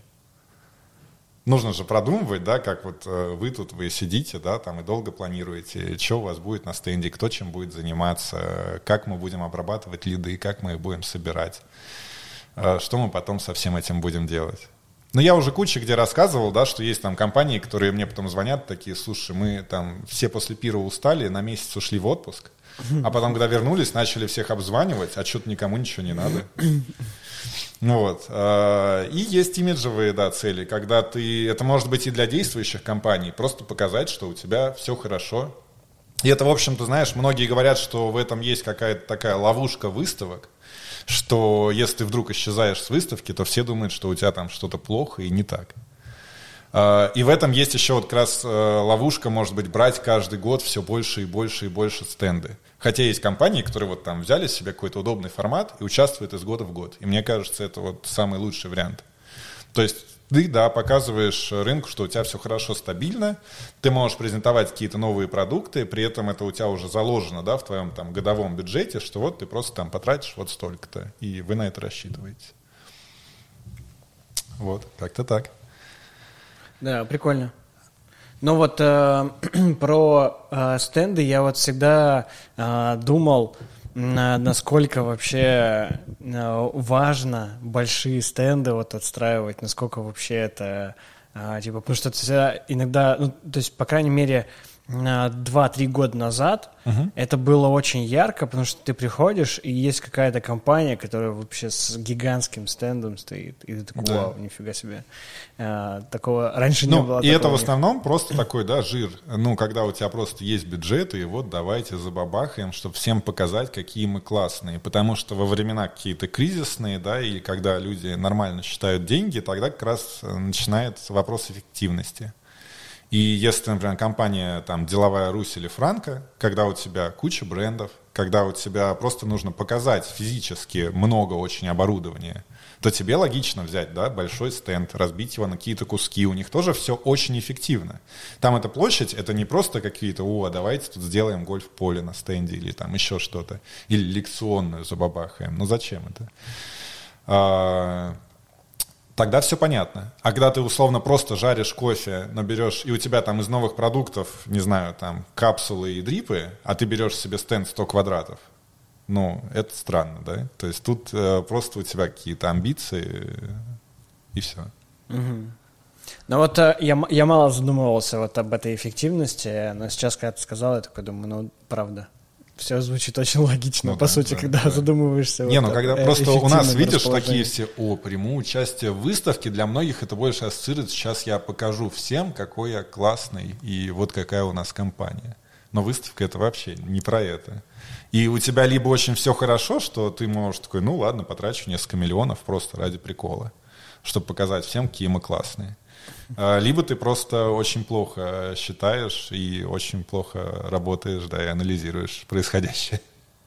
Нужно же продумывать, да, как вот вы сидите, да, там и долго планируете, что у вас будет на стенде, кто чем будет заниматься, как мы будем обрабатывать лиды, как мы их будем собирать, что мы потом со всем этим будем делать. Но я уже куча где рассказывал, да, что есть там компании, которые мне потом звонят, такие, слушай, мы там все после пира устали, на месяц ушли в отпуск, а потом, когда вернулись, начали всех обзванивать, а что-то никому ничего не надо. Ну вот. И есть имиджевые, да, цели, когда это может быть и для действующих компаний, просто показать, что у тебя все хорошо. И это, в общем-то, знаешь, многие говорят, что в этом есть какая-то такая ловушка выставок, что если ты вдруг исчезаешь с выставки, то все думают, что у тебя там что-то плохо и не так. И в этом есть еще вот как раз ловушка, может быть, брать каждый год все больше и больше и больше стенды. Хотя есть компании, которые вот там взяли себе какой-то удобный формат и участвуют из года в год. И мне кажется, это вот самый лучший вариант. То есть Ты, да, показываешь рынку, что у тебя все хорошо, стабильно, ты можешь презентовать какие-то новые продукты, при этом это у тебя уже заложено, да, в твоем там годовом бюджете, что вот ты просто там потратишь вот столько-то, и вы на это рассчитываете. Вот, как-то так. Да, прикольно. Ну вот про стенды я вот всегда думал, насколько вообще важно большие стенды вот отстраивать, насколько вообще это, типа, потому что это всегда иногда, ну, то есть, по крайней мере, 2-3 года назад это было очень ярко, потому что ты приходишь, и есть какая-то компания, которая вообще с гигантским стендом стоит, и ты такой, Да. вау, нифига себе. Такого раньше не было. И это такого в основном просто такой, да, жир. Ну, когда у тебя просто есть бюджет, и вот давайте забабахаем, чтобы всем показать, какие мы классные. Потому что во времена какие-то кризисные, да, и когда люди нормально считают деньги, тогда как раз начинается вопрос эффективности. И если, например, компания там «Деловая Русь» или «Франко», когда у тебя куча брендов, когда у тебя просто нужно показать физически много очень оборудования, то тебе логично взять, да, большой стенд, разбить его на какие-то куски. У них тоже все очень эффективно. Там эта площадь, это не просто какие-то, давайте тут сделаем гольф-поле на стенде или там еще что-то, или лекционную забабахаем. Ну зачем это? Тогда все понятно. А когда ты условно просто жаришь кофе, но берешь, и у тебя там из новых продуктов, не знаю, там капсулы и дрипы, а ты берешь себе стенд 100 квадратов, ну, это странно, да? То есть тут просто у тебя какие-то амбиции, и все. Ну вот я мало задумывался вот об этой эффективности, но сейчас, когда ты сказал, я такой думаю, ну, правда. Все звучит очень логично, по сути, когда задумываешься. Не, ну когда просто у нас, видишь, такие все, приму участие в выставке, для многих это больше ассоциируется, сейчас я покажу всем, какой я классный, и вот какая у нас компания. Но выставка это вообще не про это. И у тебя либо очень все хорошо, что ты можешь такой, ну ладно, потрачу несколько миллионов просто ради прикола, чтобы показать всем, какие мы классные. Либо ты просто очень плохо считаешь и очень плохо работаешь, да, и анализируешь происходящее.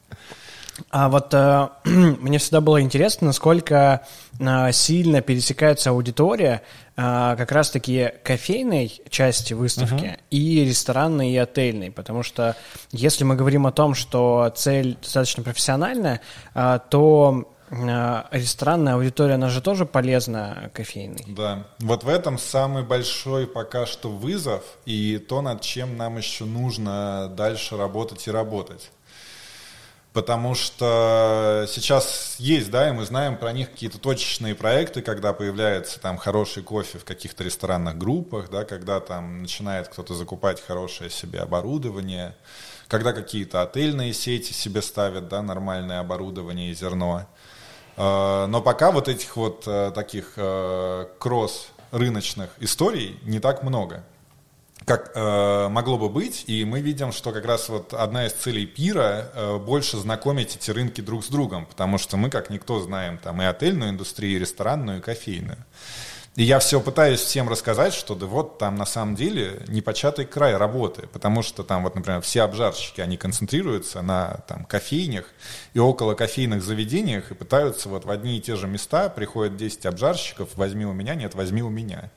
А вот мне всегда было интересно, насколько сильно пересекается аудитория как раз-таки кофейной части выставки и ресторанной, и отельной. Потому что если мы говорим о том, что цель достаточно профессиональная, то ресторанная аудитория, она же тоже полезна кофейной. Да, вот в этом самый большой пока что вызов и то, над чем нам еще нужно дальше работать и работать. Потому что сейчас есть, да, и мы знаем про них какие-то точечные проекты, когда появляется там хороший кофе в каких-то ресторанных группах, да, когда там начинает кто-то закупать хорошее себе оборудование, когда какие-то отельные сети себе ставят, да, нормальное оборудование и зерно. Но пока вот этих вот таких кросс-рыночных историй не так много, как могло бы быть. И мы видим, что как раз вот одна из целей пира больше знакомить эти рынки друг с другом, потому что мы, как никто, знаем там и отельную индустрию, и ресторанную, и кофейную. И я все пытаюсь всем рассказать, что да вот там на самом деле непочатый край работы, потому что там вот, например, все обжарщики, они концентрируются на там кофейнях и около кофейных заведениях и пытаются вот в одни и те же места, приходят 10 обжарщиков, возьми у меня, нет, возьми у меня.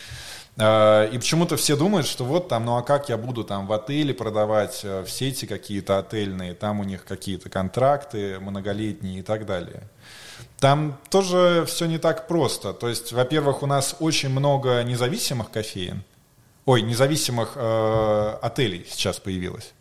И почему-то все думают, что вот там, ну а как я буду там в отеле продавать, в сети какие-то отельные, там у них какие-то контракты многолетние и так далее. Там тоже все не так просто. То есть, во-первых, у нас очень много независимых кофеен. Независимых отелей сейчас появилось.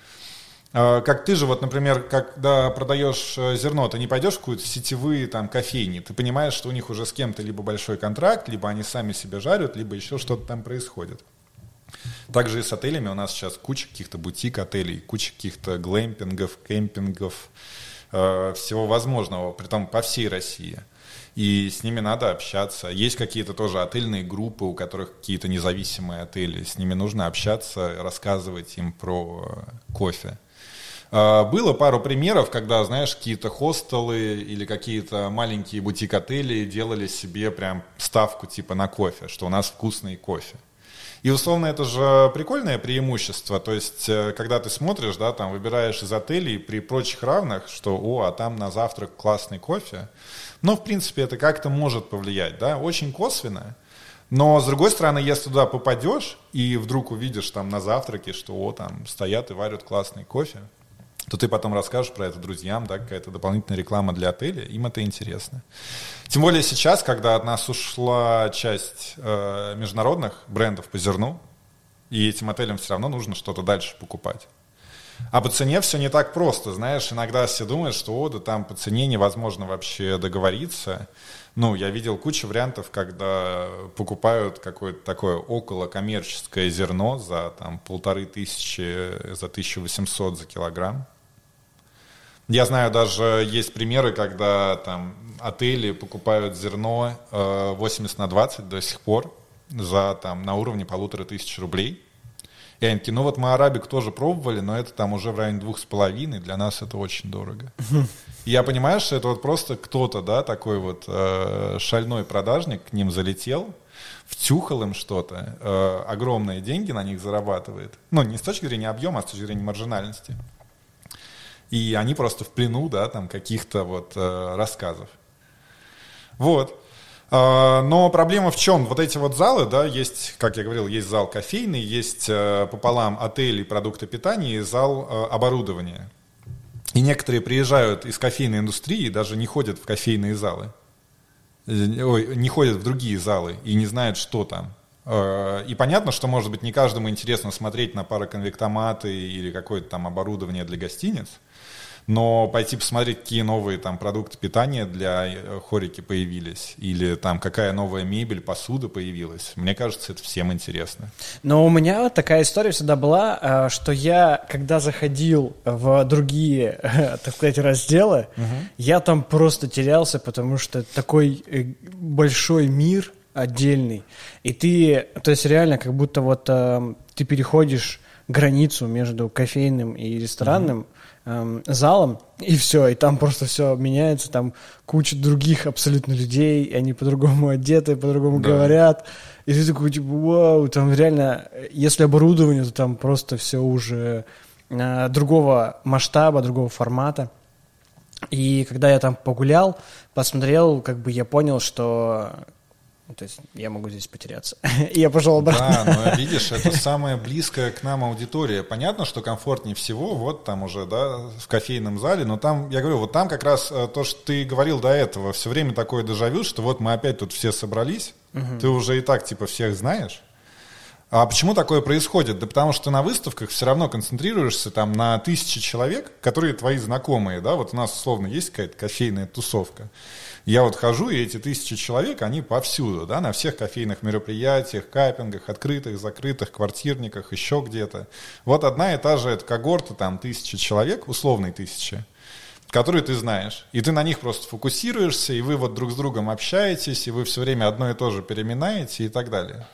Как ты же, вот, например, когда продаешь зерно, ты не пойдешь в какую-то сетевые там кофейни. Ты понимаешь, что у них уже с кем-то либо большой контракт, либо они сами себе жарят, либо еще что-то там происходит. Также и с отелями у нас сейчас куча каких-то бутик-отелей, куча каких-то глэмпингов, кемпингов, всего возможного, притом по всей России. И с ними надо общаться. Есть какие-то тоже отельные группы, у которых какие-то независимые отели. С ними нужно общаться, рассказывать им про кофе. Было пару примеров, когда, знаешь, какие-то хостелы или какие-то маленькие бутик-отели делали себе прям ставку типа на кофе, что у нас вкусный кофе. И, условно, это же прикольное преимущество. То есть, когда ты смотришь, да, там выбираешь из отелей при прочих равных, что, а там на завтрак классный кофе. Но, в принципе, это как-то может повлиять, да, очень косвенно. Но, с другой стороны, если туда попадешь и вдруг увидишь там на завтраке, что там стоят и варят классный кофе, то ты потом расскажешь про это друзьям, да, какая-то дополнительная реклама для отеля, им это интересно. Тем более сейчас, когда от нас ушла часть международных брендов по зерну, и этим отелям все равно нужно что-то дальше покупать. А по цене все не так просто, знаешь, иногда все думают, что да там по цене невозможно вообще договориться. Ну, я видел кучу вариантов, когда покупают какое-то такое околокоммерческое зерно за там 1500, за 1800 за килограмм. Я знаю, даже есть примеры, когда там отели покупают зерно 80/20 до сих пор за там на уровне 1500 рублей. И они такие, ну вот мы арабик тоже пробовали, но это там уже в районе 2,5, для нас это очень дорого. И я понимаю, что это вот просто кто-то, да, такой вот шальной продажник к ним залетел, втюхал им что-то, огромные деньги на них зарабатывает. Ну, не с точки зрения объема, а с точки зрения маржинальности. И они просто в плену, да, там каких-то вот рассказов. Вот. Но проблема в чем? Вот эти вот залы, да, есть, как я говорил, есть зал кофейный, есть пополам отель и продукты питания, и зал оборудования. И некоторые приезжают из кофейной индустрии и даже не ходят в кофейные залы. Не ходят в другие залы и не знают, что там. И понятно, что, может быть, не каждому интересно смотреть на пароконвектоматы или какое-то там оборудование для гостиниц, но пойти посмотреть, какие новые там продукты питания для хорики появились, или там какая новая мебель, посуда появилась, мне кажется, это всем интересно. Но у меня такая история всегда была, что я, когда заходил в другие, так сказать, разделы, я там просто терялся, потому что такой большой мир отдельный, и ты, то есть реально как будто вот ты переходишь границу между кофейным и ресторанным залом, и все, и там просто все меняется, там куча других абсолютно людей, и они по-другому одеты, по-другому говорят, и ты такой, типа, вау, там реально, если оборудование, то там просто все уже другого масштаба, другого формата. И когда я там погулял, посмотрел, как бы я понял, что... То есть я могу здесь потеряться. И я пошел обратно. Да, но видишь, это самая близкая к нам аудитория. Понятно, что комфортнее всего вот там уже, да, в кофейном зале, но там, я говорю, вот там как раз то, что ты говорил до этого, все время такое дежавю, что вот мы опять тут все собрались, ты уже и так типа всех знаешь. А почему такое происходит? Да потому что на выставках все равно концентрируешься там на 1000 человек, которые твои знакомые, да, вот у нас условно есть какая-то кофейная тусовка. Я вот хожу, и эти 1000 человек, они повсюду, да, на всех кофейных мероприятиях, каппингах, открытых, закрытых, квартирниках, еще где-то. Вот одна и та же эта когорта, там, 1000 человек, условной 1000, которые ты знаешь. И ты на них просто фокусируешься, и вы вот друг с другом общаетесь, и вы все время одно и то же переминаете и так далее.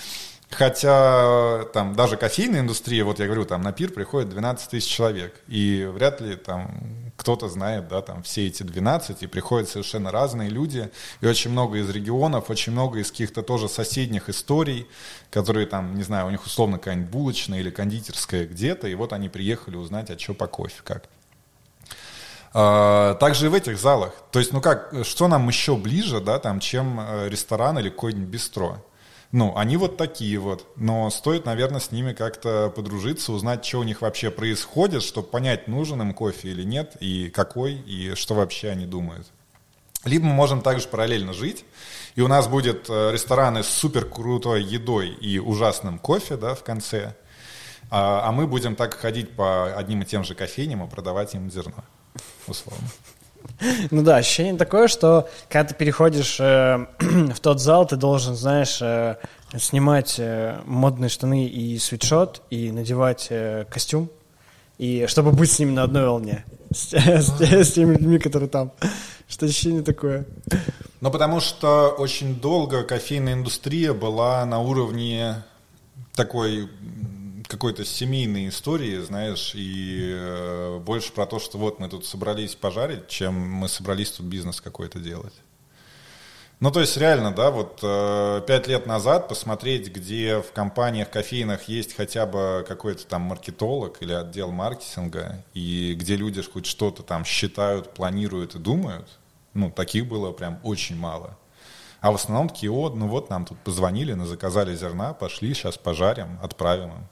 Хотя там даже кофейная индустрия, вот я говорю, там на пир приходит 12 000 человек, и вряд ли там кто-то знает, да, там все эти 12, и приходят совершенно разные люди, и очень много из регионов, очень много из каких-то тоже соседних историй, которые там, не знаю, у них условно какая-нибудь булочная или кондитерская где-то, и вот они приехали узнать, а что по кофе, как. Также и в этих залах. То есть, ну как, что нам еще ближе, да, там, чем ресторан или какой-нибудь бистро? Ну, они вот такие вот, но стоит, наверное, с ними как-то подружиться, узнать, что у них вообще происходит, чтобы понять, нужен им кофе или нет, и какой, и что вообще они думают. Либо мы можем также параллельно жить, и у нас будет рестораны с супер крутой едой и ужасным кофе, да, в конце, а мы будем так ходить по одним и тем же кофейням и продавать им зерно, условно. Ну да, ощущение такое, что когда ты переходишь в тот зал, ты должен, знаешь, снимать модные штаны и свитшот, и надевать костюм, и чтобы быть с ними на одной волне, с теми людьми, которые там. Что ощущение такое? Ну, потому что очень долго кофейная индустрия была на уровне такой какой-то семейной истории, знаешь, и больше про то, что вот мы тут собрались пожарить, чем мы собрались тут бизнес какой-то делать. Ну, то есть реально, да, вот 5 лет назад посмотреть, где в компаниях кофейных есть хотя бы какой-то там маркетолог или отдел маркетинга, и где люди хоть что-то там считают, планируют и думают, ну, таких было прям очень мало. А в основном такие, ну вот нам тут позвонили, заказали зерна, пошли, сейчас пожарим, отправим им.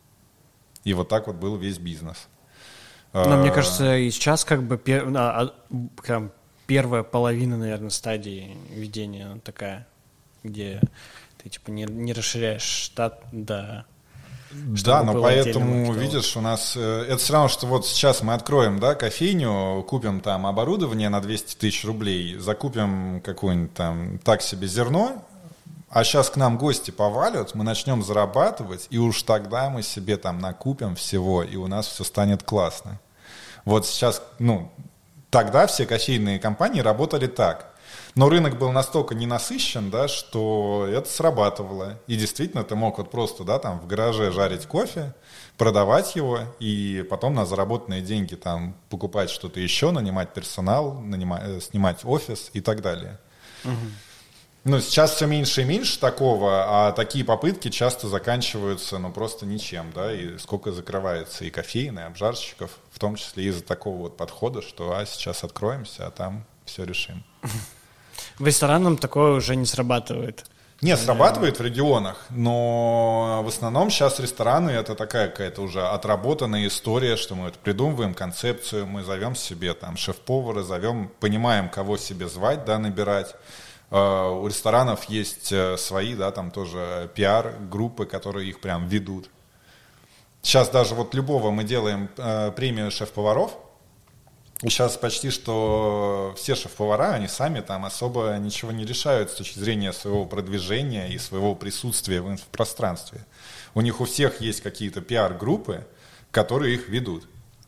И вот так вот был весь бизнес. Но мне кажется, и сейчас как бы первая половина, наверное, стадии ведения такая, где ты типа не расширяешь штат до... Да, но поэтому, видишь, у нас... Это все равно, что вот сейчас мы откроем, да, кофейню, купим там оборудование на 200 тысяч рублей, закупим какое-нибудь там так себе зерно, а сейчас к нам гости повалят, мы начнем зарабатывать, и уж тогда мы себе там накупим всего, и у нас все станет классно. Вот сейчас, тогда все кофейные компании работали так. Но рынок был настолько ненасыщен, да, что это срабатывало. И действительно, ты мог вот просто, да, там в гараже жарить кофе, продавать его, и потом на заработанные деньги там покупать что-то еще, нанимать персонал, снимать офис и так далее. Угу. Сейчас все меньше и меньше такого, а такие попытки часто заканчиваются, просто ничем, да, и сколько закрывается и кофеин, и обжарщиков, в том числе из-за такого вот подхода, что сейчас откроемся, а там все решим. В ресторанном такое уже не срабатывает. Не, срабатывает в регионах, но в основном сейчас рестораны — это такая какая-то уже отработанная история, что мы придумываем концепцию, мы зовем себе там шеф-повара, понимаем, кого себе звать, да, набирать. У ресторанов есть свои, да, там тоже пиар-группы, которые их прям ведут. Сейчас даже вот любого мы делаем премию шеф-поваров, и сейчас почти что все шеф-повара, они сами там особо ничего не решают с точки зрения своего продвижения и своего присутствия в инфопространстве. У них у всех есть какие-то пиар-группы, которые их ведут.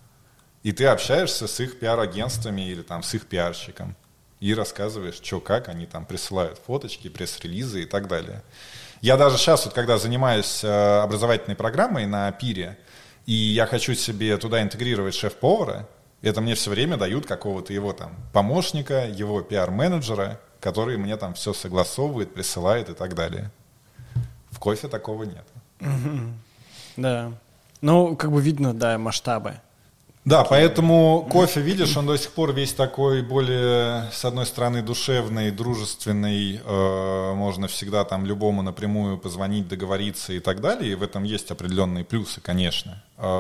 И ты общаешься с их пиар-агентствами или там с их пиарщиком и рассказываешь, что как, они там присылают фоточки, пресс-релизы и так далее. Я даже сейчас, вот когда занимаюсь образовательной программой на ПИРе, и я хочу себе туда интегрировать шеф-повара, это мне все время дают какого-то его там помощника, его пиар-менеджера, который мне там все согласовывает, присылает и так далее. В кофе такого нет. Да. Как бы видно, да, масштабы. Да, поэтому кофе, видишь, он до сих пор весь такой более, с одной стороны, душевный, дружественный, можно всегда там любому напрямую позвонить, договориться и так далее, и в этом есть определенные плюсы, конечно,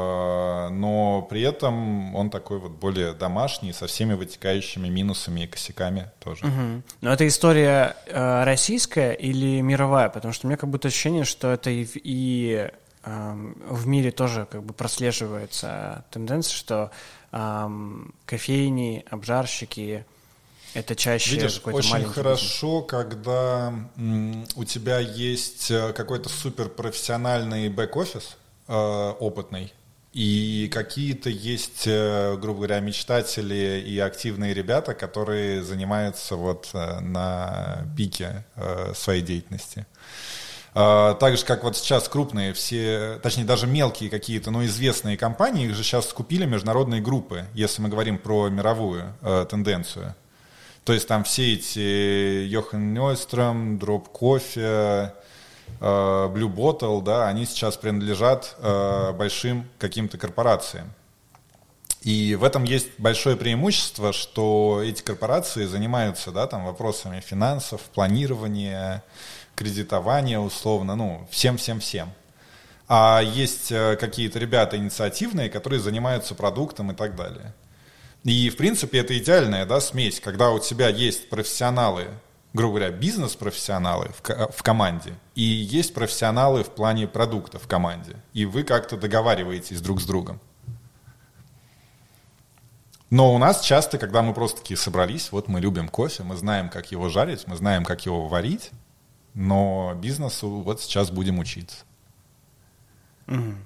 но при этом он такой вот более домашний, со всеми вытекающими минусами и косяками тоже. Угу. Но это история российская или мировая? Потому что у меня как будто ощущение, что это и в мире тоже как бы прослеживается тенденция, что кофейни, обжарщики — это чаще видишь, какой-то очень маленький хорошо, когда у тебя есть какой-то суперпрофессиональный бэк-офис, опытный, и какие-то есть, грубо говоря, мечтатели и активные ребята, которые занимаются вот на пике своей деятельности. Так же, как вот сейчас крупные все, точнее даже мелкие какие-то, но известные компании, их же сейчас купили международные группы, если мы говорим про мировую тенденцию. То есть там все эти Йохан Нойстром, Drop Coffee, Blue Bottle, да, они сейчас принадлежат большим каким-то корпорациям. И в этом есть большое преимущество, что эти корпорации занимаются, да, там, вопросами финансов, планирования, кредитования условно, всем-всем-всем. А есть какие-то ребята инициативные, которые занимаются продуктом и так далее. И, в принципе, это идеальная, да, смесь, когда у тебя есть профессионалы, грубо говоря, бизнес-профессионалы в команде, и есть профессионалы в плане продукта в команде. И вы как-то договариваетесь друг с другом. Но у нас часто, когда мы просто такие собрались, вот мы любим кофе, мы знаем, как его жарить, мы знаем, как его варить, но бизнесу вот сейчас будем учиться. Угу.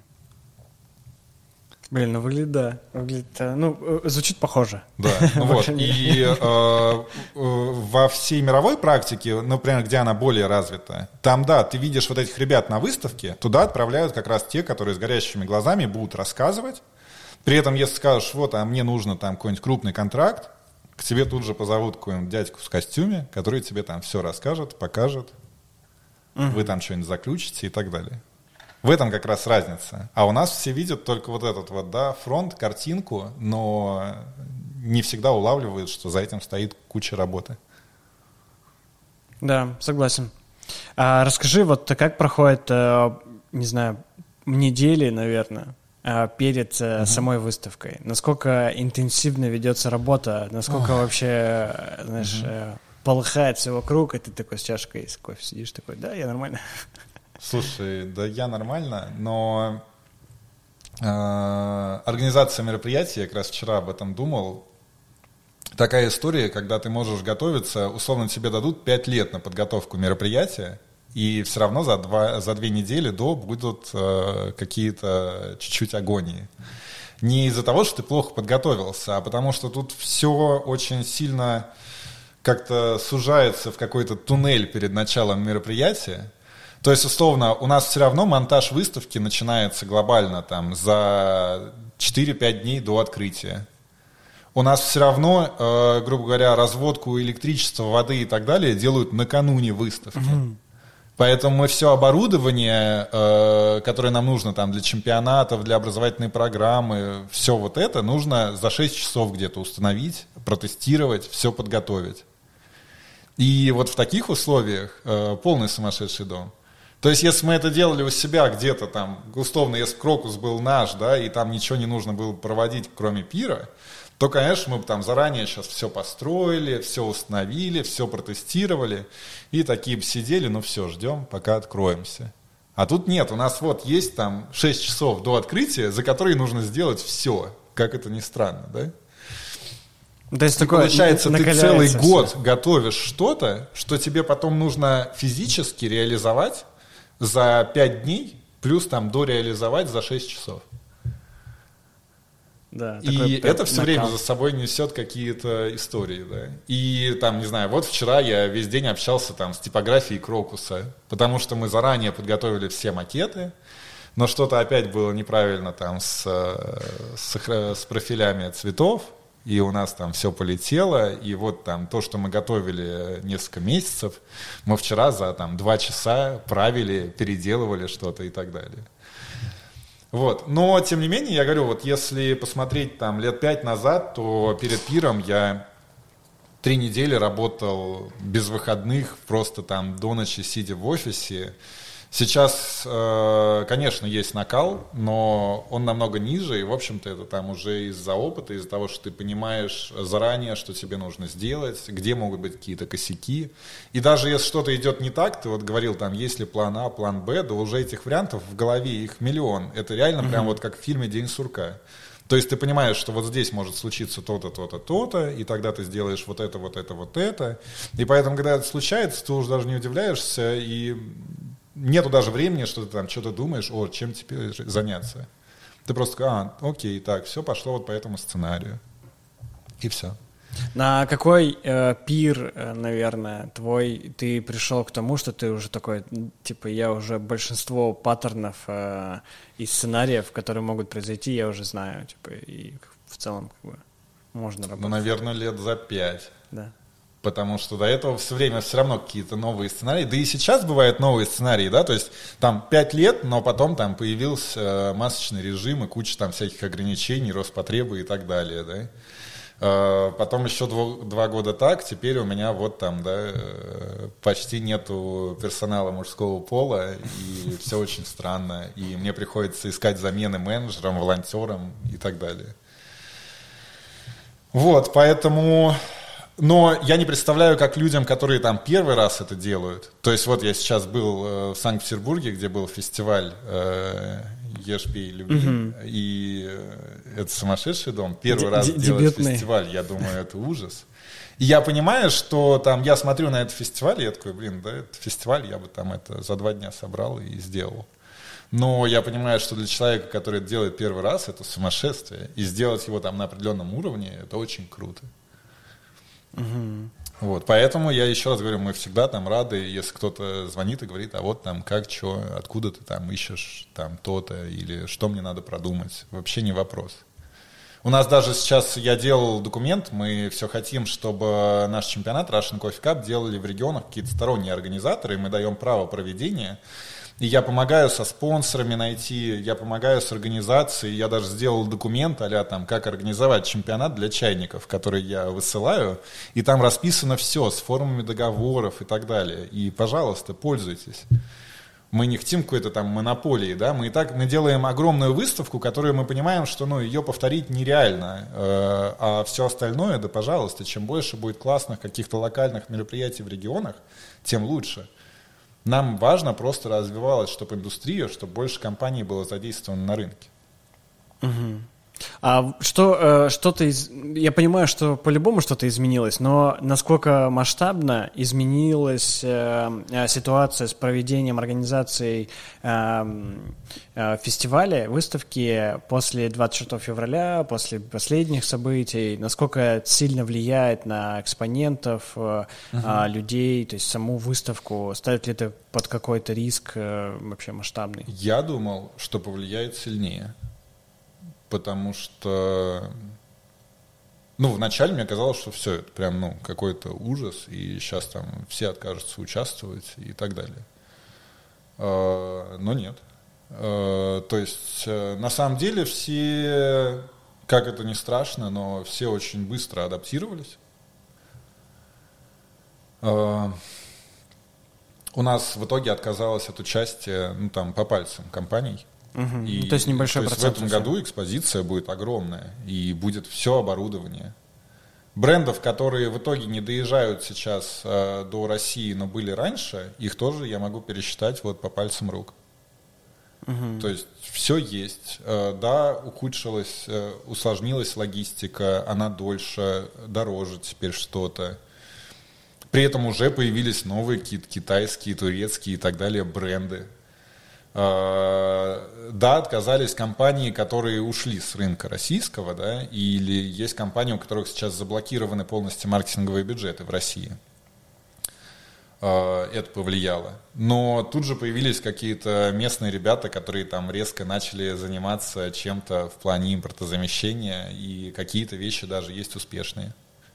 Блин, выглядит, звучит похоже. Да, вот. И во всей мировой практике, например, где она более развита, там, да, ты видишь вот этих ребят на выставке, туда отправляют как раз те, которые с горящими глазами будут рассказывать. При этом, если скажешь, вот, а мне нужно там какой-нибудь крупный контракт, к тебе тут же позовут какого-нибудь дядьку в костюме, который тебе там все расскажет, покажет, вы там что-нибудь заключите и так далее. В этом как раз разница. А у нас все видят только вот этот вот, да, фронт, картинку, но не всегда улавливают, что за этим стоит куча работы. Да, согласен. Расскажи, вот как проходит, не знаю, недели, наверное, перед самой выставкой? Насколько интенсивно ведется работа? Насколько вообще, знаешь, полыхает все вокруг, и ты такой с чашкой с кофе сидишь, такой, да, я нормально. Слушай, да я нормально, но организация мероприятия, я как раз вчера об этом думал, такая история, когда ты можешь готовиться, условно тебе дадут 5 лет на подготовку мероприятия, и все равно за 2 недели до будут какие-то чуть-чуть агонии. Не из-за того, что ты плохо подготовился, а потому что тут все очень сильно как-то сужается в какой-то туннель перед началом мероприятия. То есть, условно, у нас все равно монтаж выставки начинается глобально там за 4-5 дней до открытия. У нас все равно, грубо говоря, разводку электричества, воды и так далее делают накануне выставки. Поэтому мы все оборудование, которое нам нужно там, для чемпионатов, для образовательной программы, все вот это нужно за 6 часов где-то установить, протестировать, все подготовить. И вот в таких условиях полный сумасшедший дом. То есть, если мы это делали у себя где-то там, условно, если Крокус был наш, да, и там ничего не нужно было проводить, кроме пира, то, конечно, мы бы там заранее сейчас все построили, все установили, все протестировали, и такие бы сидели, ну все, ждем, пока откроемся. А тут нет, у нас вот есть там 6 часов до открытия, за которые нужно сделать все, как это ни странно, да? То есть и получается, ты целый год все. Готовишь что-то, что тебе потом нужно физически реализовать за 5 дней, плюс там дореализовать за 6 часов. Да, и это все время за собой несет какие-то истории, да. И там, не знаю, вот вчера я весь день общался там с типографией Крокуса, потому что мы заранее подготовили все макеты, но что-то опять было неправильно там с профилями цветов, и у нас там все полетело, и вот там то, что мы готовили несколько месяцев, мы вчера за там 2 часа правили, переделывали что-то и так далее. Вот. Но, тем не менее, я говорю, вот если посмотреть там лет 5 назад, то перед пиром я 3 недели работал без выходных, просто там до ночи сидя в офисе. Сейчас, конечно, есть накал, но он намного ниже, и, в общем-то, это там уже из-за опыта, из-за того, что ты понимаешь заранее, что тебе нужно сделать, где могут быть какие-то косяки. И даже если что-то идет не так, ты вот говорил, там, есть ли план А, план Б, да уже этих вариантов в голове, их миллион. Это реально прям вот как в фильме «День сурка». То есть ты понимаешь, что вот здесь может случиться то-то, то-то, то-то, и тогда ты сделаешь вот это, вот это, вот это. И поэтому, когда это случается, ты уже даже не удивляешься, и нету даже времени, что ты там что-то думаешь, чем теперь заняться. Ты просто, окей, так, все пошло вот по этому сценарию. И все. На какой пир, наверное, твой, ты пришел к тому, что ты уже такой, типа, я уже большинство паттернов и сценариев, которые могут произойти, я уже знаю, типа, и в целом, как бы, можно работать. Ну, наверное, лет за 5. Да. Потому что до этого все время все равно какие-то новые сценарии. Да и сейчас бывают новые сценарии, да, то есть там 5 лет, но потом там появился масочный режим и куча там всяких ограничений, Роспотребы и так далее, да. Потом еще 2 года так, теперь у меня вот там, да, почти нету персонала мужского пола, и все очень странно, и мне приходится искать замены менеджерам, волонтерам и так далее. Вот, поэтому... Но я не представляю, как людям, которые там первый раз это делают. То есть вот я сейчас был в Санкт-Петербурге, где был фестиваль «Ешь, пей, люби». И это сумасшедший дом. Первый раз делать фестиваль, я думаю, это ужас. И я понимаю, что там я смотрю на этот фестиваль, и я такой, да, этот фестиваль я бы там это за 2 дня собрал и сделал. Но я понимаю, что для человека, который это делает первый раз, это сумасшествие. И сделать его там на определенном уровне, это очень круто. Вот, поэтому я еще раз говорю, мы всегда там рады, если кто-то звонит и говорит, а вот там как, что, откуда ты там ищешь там то-то, или что мне надо продумать, вообще не вопрос. У нас даже сейчас, я делал документ, мы все хотим, чтобы наш чемпионат Russian Coffee Cup делали в регионах какие-то сторонние организаторы, и мы даем право проведения, И я помогаю со спонсорами найти, я помогаю с организацией, я даже сделал документ а-ля там, как организовать чемпионат для чайников, который я высылаю, и там расписано все с формами договоров и так далее. И, пожалуйста, пользуйтесь. Мы не хотим какой-то там монополии, да, мы делаем огромную выставку, которую мы понимаем, что, ее повторить нереально, а все остальное, да, пожалуйста, чем больше будет классных каких-то локальных мероприятий в регионах, тем лучше. Нам важно просто развивалась, чтобы индустрия, чтобы больше компаний было задействовано на рынке. Угу. А я понимаю, что по-любому что-то изменилось, но насколько масштабно изменилась ситуация с проведением, организацией фестиваля, выставки после 24 февраля, после последних событий, насколько это сильно влияет на экспонентов, людей, то есть саму выставку, ставит ли это под какой-то риск вообще масштабный? Я думал, что повлияет сильнее. Потому что, вначале мне казалось, что все, это прям, какой-то ужас, и сейчас там все откажутся участвовать и так далее. Но нет. То есть, на самом деле, все, как это ни страшно, но все очень быстро адаптировались. У нас в итоге отказалось от участия, по пальцам компаний. И, то есть небольшой процент. В этом году экспозиция будет огромная, и будет все оборудование. Брендов, которые в итоге не доезжают сейчас до России, но были раньше, их тоже я могу пересчитать по пальцам рук. То есть все есть. Да, усложнилась логистика, она дольше, дороже теперь что-то. При этом уже появились новые какие-то китайские, турецкие и так далее бренды. Да, отказались компании, которые ушли с рынка российского, да, или есть компании, у которых сейчас заблокированы полностью маркетинговые бюджеты в России. Это повлияло. Но тут же появились какие-то местные ребята, которые там резко начали заниматься чем-то в плане импортозамещения, и какие-то вещи даже есть успешные.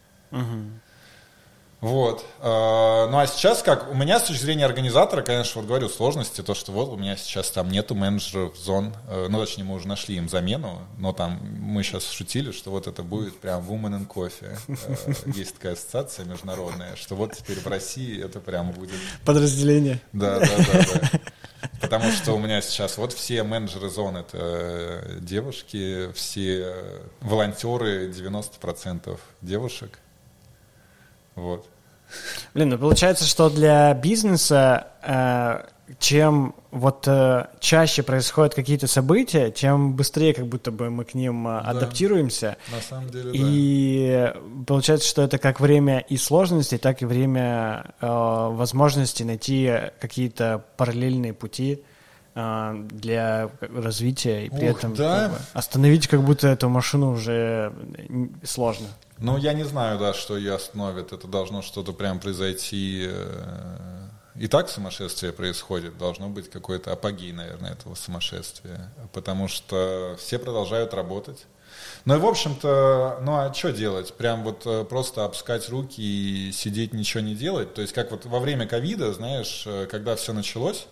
Вот. Ну а сейчас как? У меня с точки зрения организатора, конечно, говорю, сложности, то, что у меня сейчас там нету менеджеров зон, точнее, мы уже нашли им замену, но там мы сейчас шутили, что это будет прям Women in Coffee. Есть такая ассоциация международная, что теперь в России это прям будет... Подразделение. Да. Потому что у меня сейчас все менеджеры зон это девушки, все волонтеры 90% девушек. Вот. Блин, получается, что для бизнеса чем чаще происходят какие-то события, тем быстрее как будто бы мы к ним адаптируемся. На самом деле, и получается, что это как время и сложностей, так и время возможности найти какие-то параллельные пути для развития, и при этом остановить как будто эту машину уже сложно. Я не знаю, что ее остановит. Это должно что-то прям произойти. И так сумасшествие происходит. Должно быть какой-то апогей, наверное, этого сумасшествия. Потому что все продолжают работать. Ну и, в общем-то, а что делать? Прям просто опускать руки и сидеть, ничего не делать? То есть, как во время ковида, знаешь, когда все началось,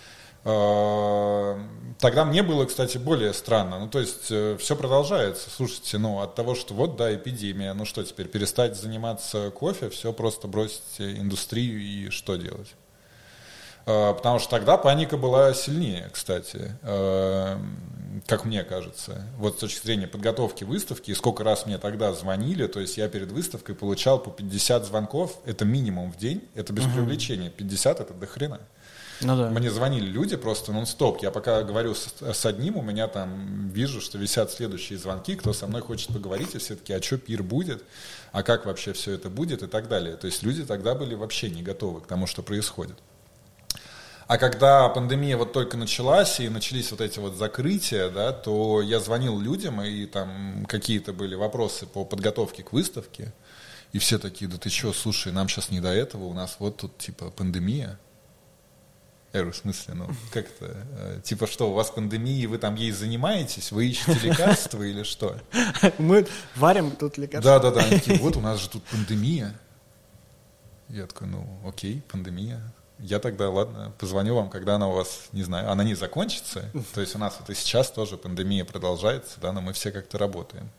тогда мне было, кстати, более странно. То есть все продолжается. Слушайте, от того, что эпидемия, что теперь, перестать заниматься кофе, все просто бросить индустрию и что делать? Потому что тогда паника была сильнее, кстати, как мне кажется. С точки зрения подготовки выставки, сколько раз мне тогда звонили, то есть я перед выставкой получал по 50 звонков, это минимум в день, это без привлечения, 50 это до хрена. Мне звонили люди просто нон-стоп. Я пока говорю с одним, у меня там вижу, что висят следующие звонки, кто со мной хочет поговорить, и все таки, а что пир будет, а как вообще все это будет и так далее. То есть люди тогда были вообще не готовы к тому, что происходит. А когда пандемия только началась и начались эти закрытия, да, то я звонил людям, и там какие-то были вопросы по подготовке к выставке, и все такие, да ты что, слушай, нам сейчас не до этого, у нас тут пандемия. Я говорю, в смысле, как это? Типа что, у вас пандемия, вы там ей занимаетесь, вы ищете лекарства или что? Мы варим тут лекарства. Да. Они такие, у нас же тут пандемия. Я такой, окей, пандемия. я тогда, ладно, позвоню вам, когда она у вас, не знаю, она не закончится. То есть у нас вот и сейчас тоже пандемия продолжается, да, но мы все как-то работаем.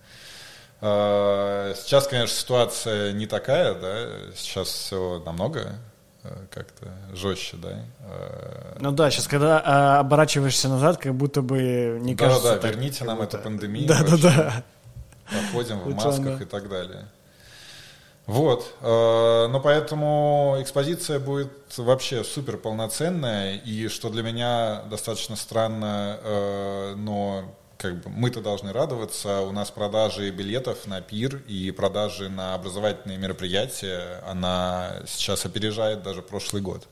Сейчас, конечно, ситуация не такая, да, сейчас все намного как-то жестче, да. Ну да, сейчас, когда оборачиваешься назад, как будто бы не кажется. Да, верните нам эту пандемию. Да. Походим в масках и так далее. Вот, но поэтому экспозиция будет вообще супер полноценная, и что для меня достаточно странно, но как бы мы-то должны радоваться, у нас продажи билетов на пир и продажи на образовательные мероприятия, она сейчас опережает даже прошлый год.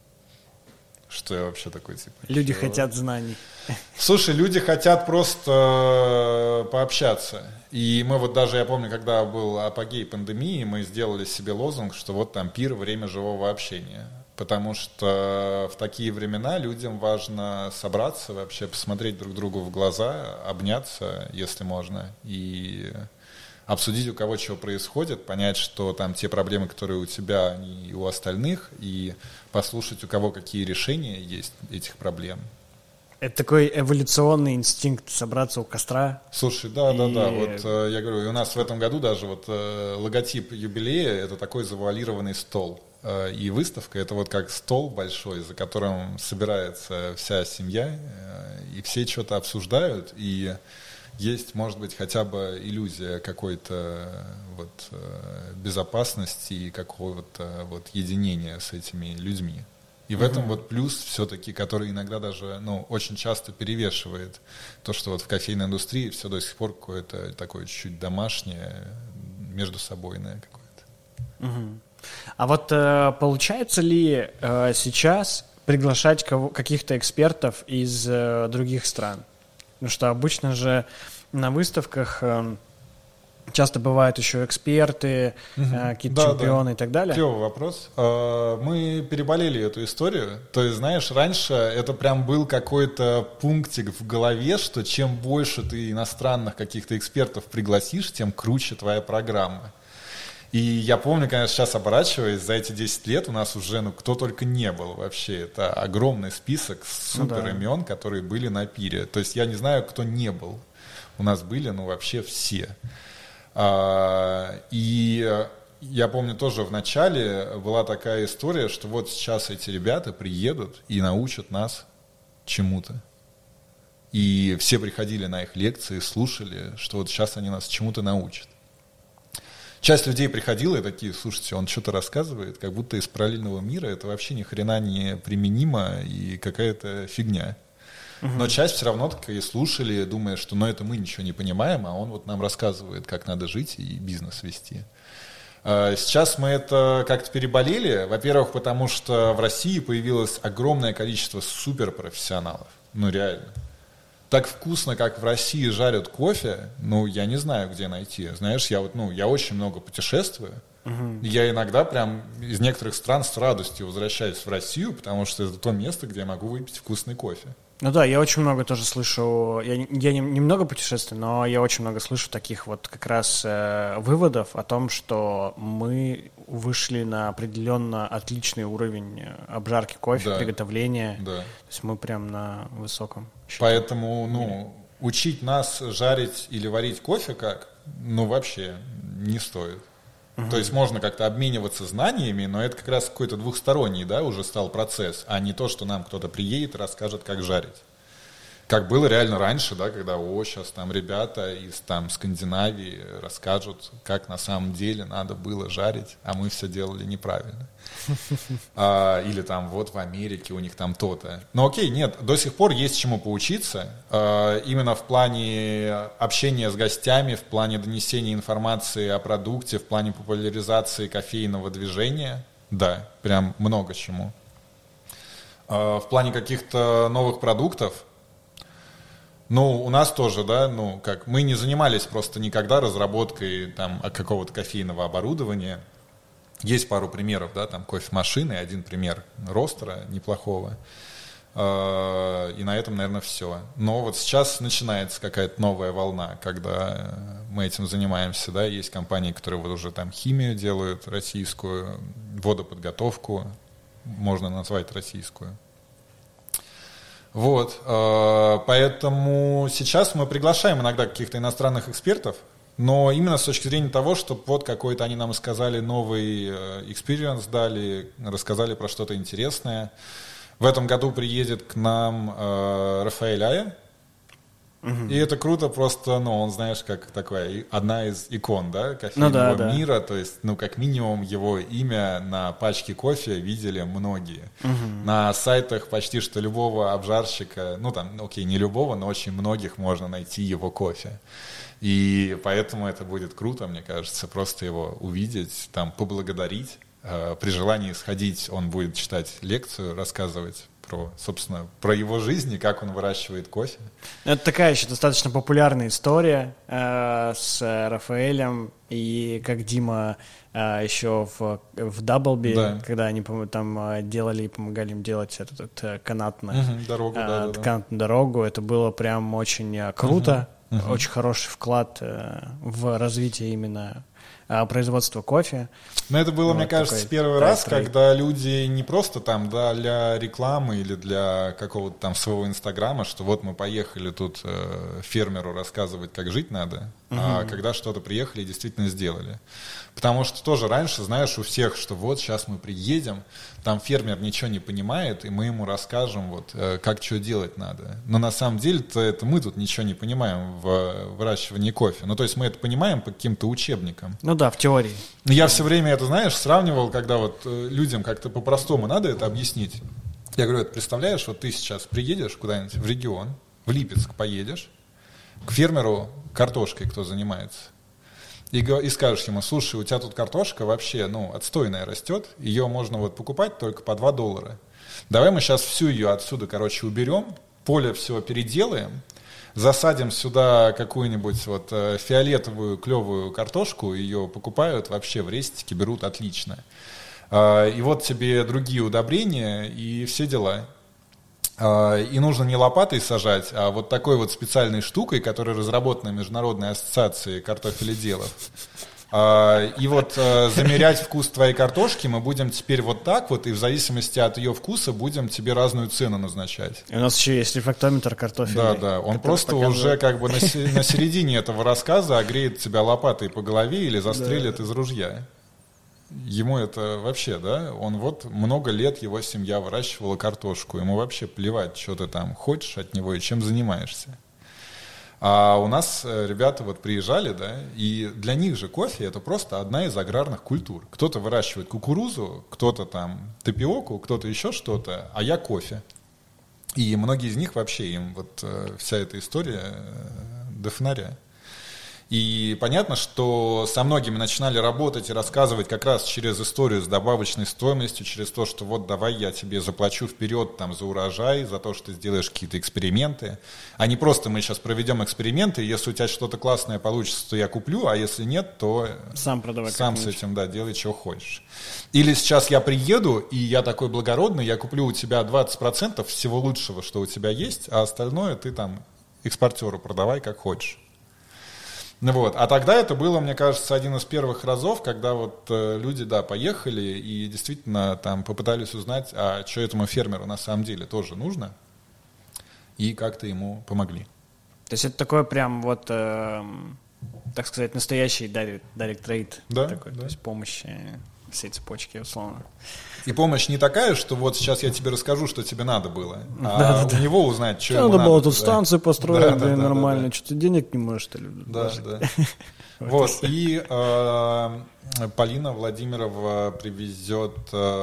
Что я вообще такой, типа... Люди хотят знаний. Слушай, люди хотят просто пообщаться. И мы вот даже, я помню, когда был апогей пандемии, мы сделали себе лозунг, что вот там пир — время живого общения. Потому что в такие времена людям важно собраться, вообще посмотреть друг другу в глаза, обняться, если можно, и обсудить, у кого чего происходит, понять, что там те проблемы, которые у тебя, они и у остальных, и послушать, у кого какие решения есть этих проблем. Это такой эволюционный инстинкт собраться у костра. Слушай, да. Вот я говорю, у нас в этом году даже вот логотип юбилея — это такой завуалированный стол. И выставка — это вот как стол большой, за которым собирается вся семья, и все что-то обсуждают, и есть, может быть, хотя бы иллюзия какой-то вот безопасности и какого-то вот единения с этими людьми. И в этом вот плюс все-таки, который иногда даже, очень часто перевешивает то, что вот в кофейной индустрии все до сих пор какое-то такое чуть-чуть домашнее, междусобойное какое-то. А вот получается ли сейчас приглашать каких-то экспертов из других стран? Потому что обычно же на выставках часто бывают еще эксперты, какие-то чемпионы и так далее. Клевый вопрос. Мы переболели эту историю. То есть, знаешь, раньше это прям был какой-то пунктик в голове, что чем больше ты иностранных каких-то экспертов пригласишь, тем круче твоя программа. И я помню, конечно, сейчас оборачиваясь, за эти 10 лет у нас уже, кто только не был вообще. Это огромный список супер имен, которые были на пире. То есть я не знаю, кто не был. У нас были, вообще все. И я помню, тоже в начале была такая история, что вот сейчас эти ребята приедут и научат нас чему-то. И все приходили на их лекции, слушали, что вот сейчас они нас чему-то научат. Часть людей приходила и такие: слушайте, он что-то рассказывает, как будто из параллельного мира, это вообще ни хрена не применимо и какая-то фигня. Но часть все равно такие слушали, думая, что это мы ничего не понимаем, а он вот нам рассказывает, как надо жить и бизнес вести. Сейчас мы это как-то переболели. Во-первых, потому что в России появилось огромное количество суперпрофессионалов. Реально. Так вкусно, как в России жарят кофе, я не знаю, где найти. Знаешь, я очень много путешествую. Я иногда прям из некоторых стран с радостью возвращаюсь в Россию, потому что это то место, где я могу выпить вкусный кофе. Я очень много тоже слышу, я немного путешествую, но я очень много слышу таких вот как раз выводов о том, что мы вышли на определенно отличный уровень обжарки кофе, приготовления. Да. То есть мы прям на высоком счету. Поэтому, учить нас жарить или варить кофе вообще не стоит. То есть можно как-то обмениваться знаниями, но это как раз какой-то двухсторонний, уже стал процесс, а не то, что нам кто-то приедет и расскажет, как жарить. Как было реально раньше, когда сейчас там ребята из Скандинавии расскажут, как на самом деле надо было жарить, а мы все делали неправильно. Или вот в Америке у них там то-то. Но окей, нет, до сих пор есть чему поучиться. Именно в плане общения с гостями, в плане донесения информации о продукте, в плане популяризации кофейного движения. Да, прям много чему. В плане каких-то новых продуктов, у нас тоже, мы не занимались просто никогда разработкой какого-то кофейного оборудования. Есть пару примеров, кофемашины, один пример ростера неплохого. И на этом, наверное, все. Но вот сейчас начинается какая-то новая волна, когда мы этим занимаемся, Есть компании, которые уже химию делают, российскую, водоподготовку. можно назвать российскую. Вот, поэтому сейчас мы приглашаем иногда каких-то иностранных экспертов, но именно с точки зрения того, что вот какой-то они нам сказали новый experience дали, рассказали про что-то интересное. В этом году приедет к нам Рафаэль Ая. И это круто просто, ну, он, знаешь, как такая одна из икон, да, кофейного мира, то есть, ну, как минимум, его имя на пачке кофе видели многие. На сайтах почти что любого обжарщика, ну, там, окей, не любого, но очень многих можно найти его кофе. И поэтому это будет круто, мне кажется, просто его увидеть, там, поблагодарить. При желании сходить, он будет читать лекцию, рассказывать собственно, про его жизнь и как он выращивает кофе. Это такая еще достаточно популярная история с Рафаэлем, и как Дима еще в Даблби, да. Когда они там делали и помогали им делать эту канатную дорогу, это было прям очень круто, очень хороший вклад в развитие именно производства кофе. Но это было, мне кажется, первый раз, когда люди не просто там для рекламы или для какого-то там своего инстаграма, что вот мы поехали тут фермеру рассказывать, как жить надо, а когда что-то приехали и действительно сделали. Потому что тоже раньше, знаешь, у всех, что вот сейчас мы приедем, там фермер ничего не понимает, и мы ему расскажем, вот, как что делать надо. Но на самом деле-то это мы тут ничего не понимаем в выращивании кофе. Ну, то есть мы это понимаем по каким-то учебникам. Ну да, в теории. Я все время это, знаешь, сравнивал, когда вот людям как-то по-простому надо это объяснить. Я говорю, представляешь, вот ты сейчас приедешь куда-нибудь в регион, в Липецк поедешь, к фермеру картошкой кто занимается, и скажешь ему, слушай, у тебя тут картошка вообще, ну, отстойная растет, ее можно вот покупать только по $2. Давай мы сейчас всю ее отсюда, короче, уберем, поле все переделаем, засадим сюда какую-нибудь вот фиолетовую клевую картошку, ее покупают вообще в рестике, берут отлично. И вот тебе другие удобрения и все дела. И нужно не лопатой сажать, а вот такой вот специальной штукой, которая разработана Международной ассоциацией картофеледелов. И вот замерять вкус твоей картошки мы будем теперь вот так вот, и в зависимости от ее вкуса будем тебе разную цену назначать. И у нас еще есть рефрактометр картофеля. Да, он просто уже как бы на середине этого рассказа огреет тебя лопатой по голове или застрелит из ружья. Ему это вообще, да, он вот много лет, его семья выращивала картошку, ему вообще плевать, что ты там хочешь от него и чем занимаешься. А у нас ребята вот приезжали, да, и для них же кофе это просто одна из аграрных культур. Кто-то выращивает кукурузу, кто-то там тапиоку, кто-то еще что-то, а я кофе. И многие из них вообще, им вот вся эта история до фонаря. И понятно, что со многими начинали работать и рассказывать как раз через историю с добавочной стоимостью, через то, что вот давай я тебе заплачу вперед там, за урожай, за то, что ты сделаешь какие-то эксперименты, а не просто мы сейчас проведем эксперименты, и если у тебя что-то классное получится, то я куплю, а если нет, то сам продавай, сам с этим, да, делай, чего хочешь. Или сейчас я приеду, и я такой благородный, я куплю у тебя 20% всего лучшего, что у тебя есть, а остальное ты там экспортеру продавай как хочешь. Вот. А тогда это было, мне кажется, один из первых разов, когда вот люди, да, поехали и действительно там попытались узнать, а что этому фермеру на самом деле тоже нужно, и как-то ему помогли. То есть это такой прям вот, так сказать, настоящий direct trade, да, такой, да. То есть помощь всей цепочки, условно. И помощь не такая, что вот сейчас я тебе расскажу, что тебе надо было, а у него узнать, что ему надо. Надо было тут станцию построить, нормально, что-то денег не можешь, что ли? Да. Вот, и Полина Владимирова привезет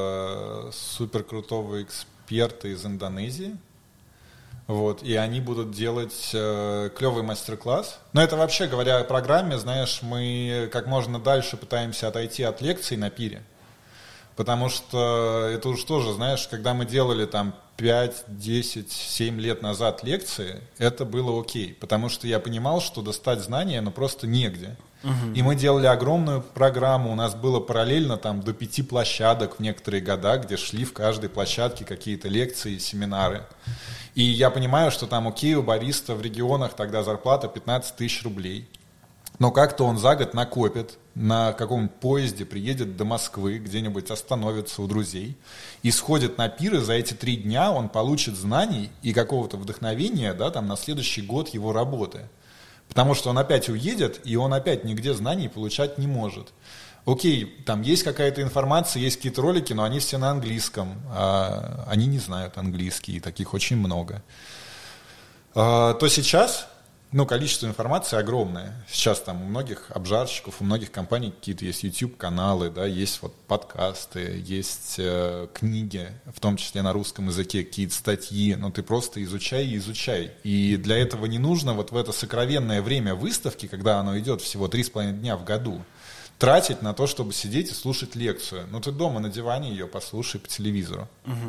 суперкрутого эксперта из Индонезии. Вот, и они будут делать клевый мастер-класс. Но это вообще, говоря о программе, знаешь, мы как можно дальше пытаемся отойти от лекций на пире. Потому что это уж тоже, знаешь, когда мы делали там 5, 10, 7 лет назад лекции, это было окей. Потому что я понимал, что достать знания, просто негде. И мы делали огромную программу, у нас было параллельно там до 5 площадок в некоторые года, где шли в каждой площадке какие-то лекции, семинары. И я понимаю, что там окей, у бариста в регионах тогда зарплата 15 тысяч рублей. но как-то он за год накопит, на каком-нибудь поезде приедет до Москвы, где-нибудь остановится у друзей и сходит на пир, и за эти 3 дня он получит знаний и какого-то вдохновения, да, там, на следующий год его работы. Потому что он опять уедет, и он опять нигде знаний получать не может. Окей, там есть какая-то информация, есть какие-то ролики, но они все на английском, а они не знают английский, и таких очень много. То сейчас... количество информации огромное. Сейчас там у многих обжарщиков, у многих компаний какие-то есть YouTube-каналы, да, есть вот подкасты, есть книги, в том числе на русском языке, какие-то статьи, но ты просто изучай и изучай. И для этого не нужно вот в это сокровенное время выставки, когда оно идет всего 3,5 дня в году, тратить на то, чтобы сидеть и слушать лекцию. Ты дома на диване ее послушай по телевизору.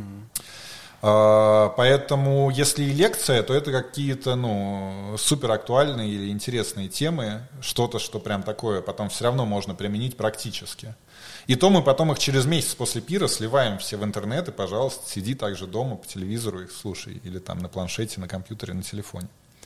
Поэтому, если и лекция, то это какие-то, супер актуальные или интересные темы, что-то, что прям такое потом все равно можно применить практически. И то мы потом их через месяц после пира сливаем все в интернет, и, пожалуйста, сиди также дома по телевизору их слушай, или там на планшете, на компьютере, на телефоне.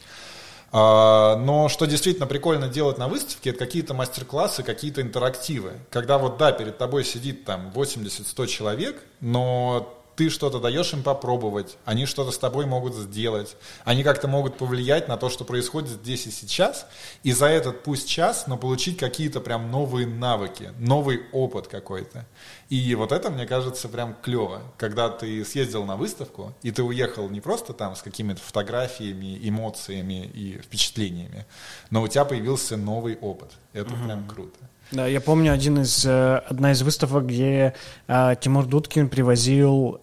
Но что действительно прикольно делать на выставке, это какие-то мастер-классы, какие-то интерактивы. Когда перед тобой сидит там 80-100 человек, но ты что-то даешь им попробовать, они что-то с тобой могут сделать, они как-то могут повлиять на то, что происходит здесь и сейчас, и за этот пусть час, но получить какие-то прям новые навыки, новый опыт какой-то. И вот это, мне кажется, прям клево, когда ты съездил на выставку, и ты уехал не просто там с какими-то фотографиями, эмоциями и впечатлениями, но у тебя появился новый опыт. Это прям круто. Да, я помню одна из выставок, где Тимур Дудкин привозил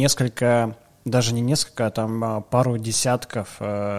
пару десятков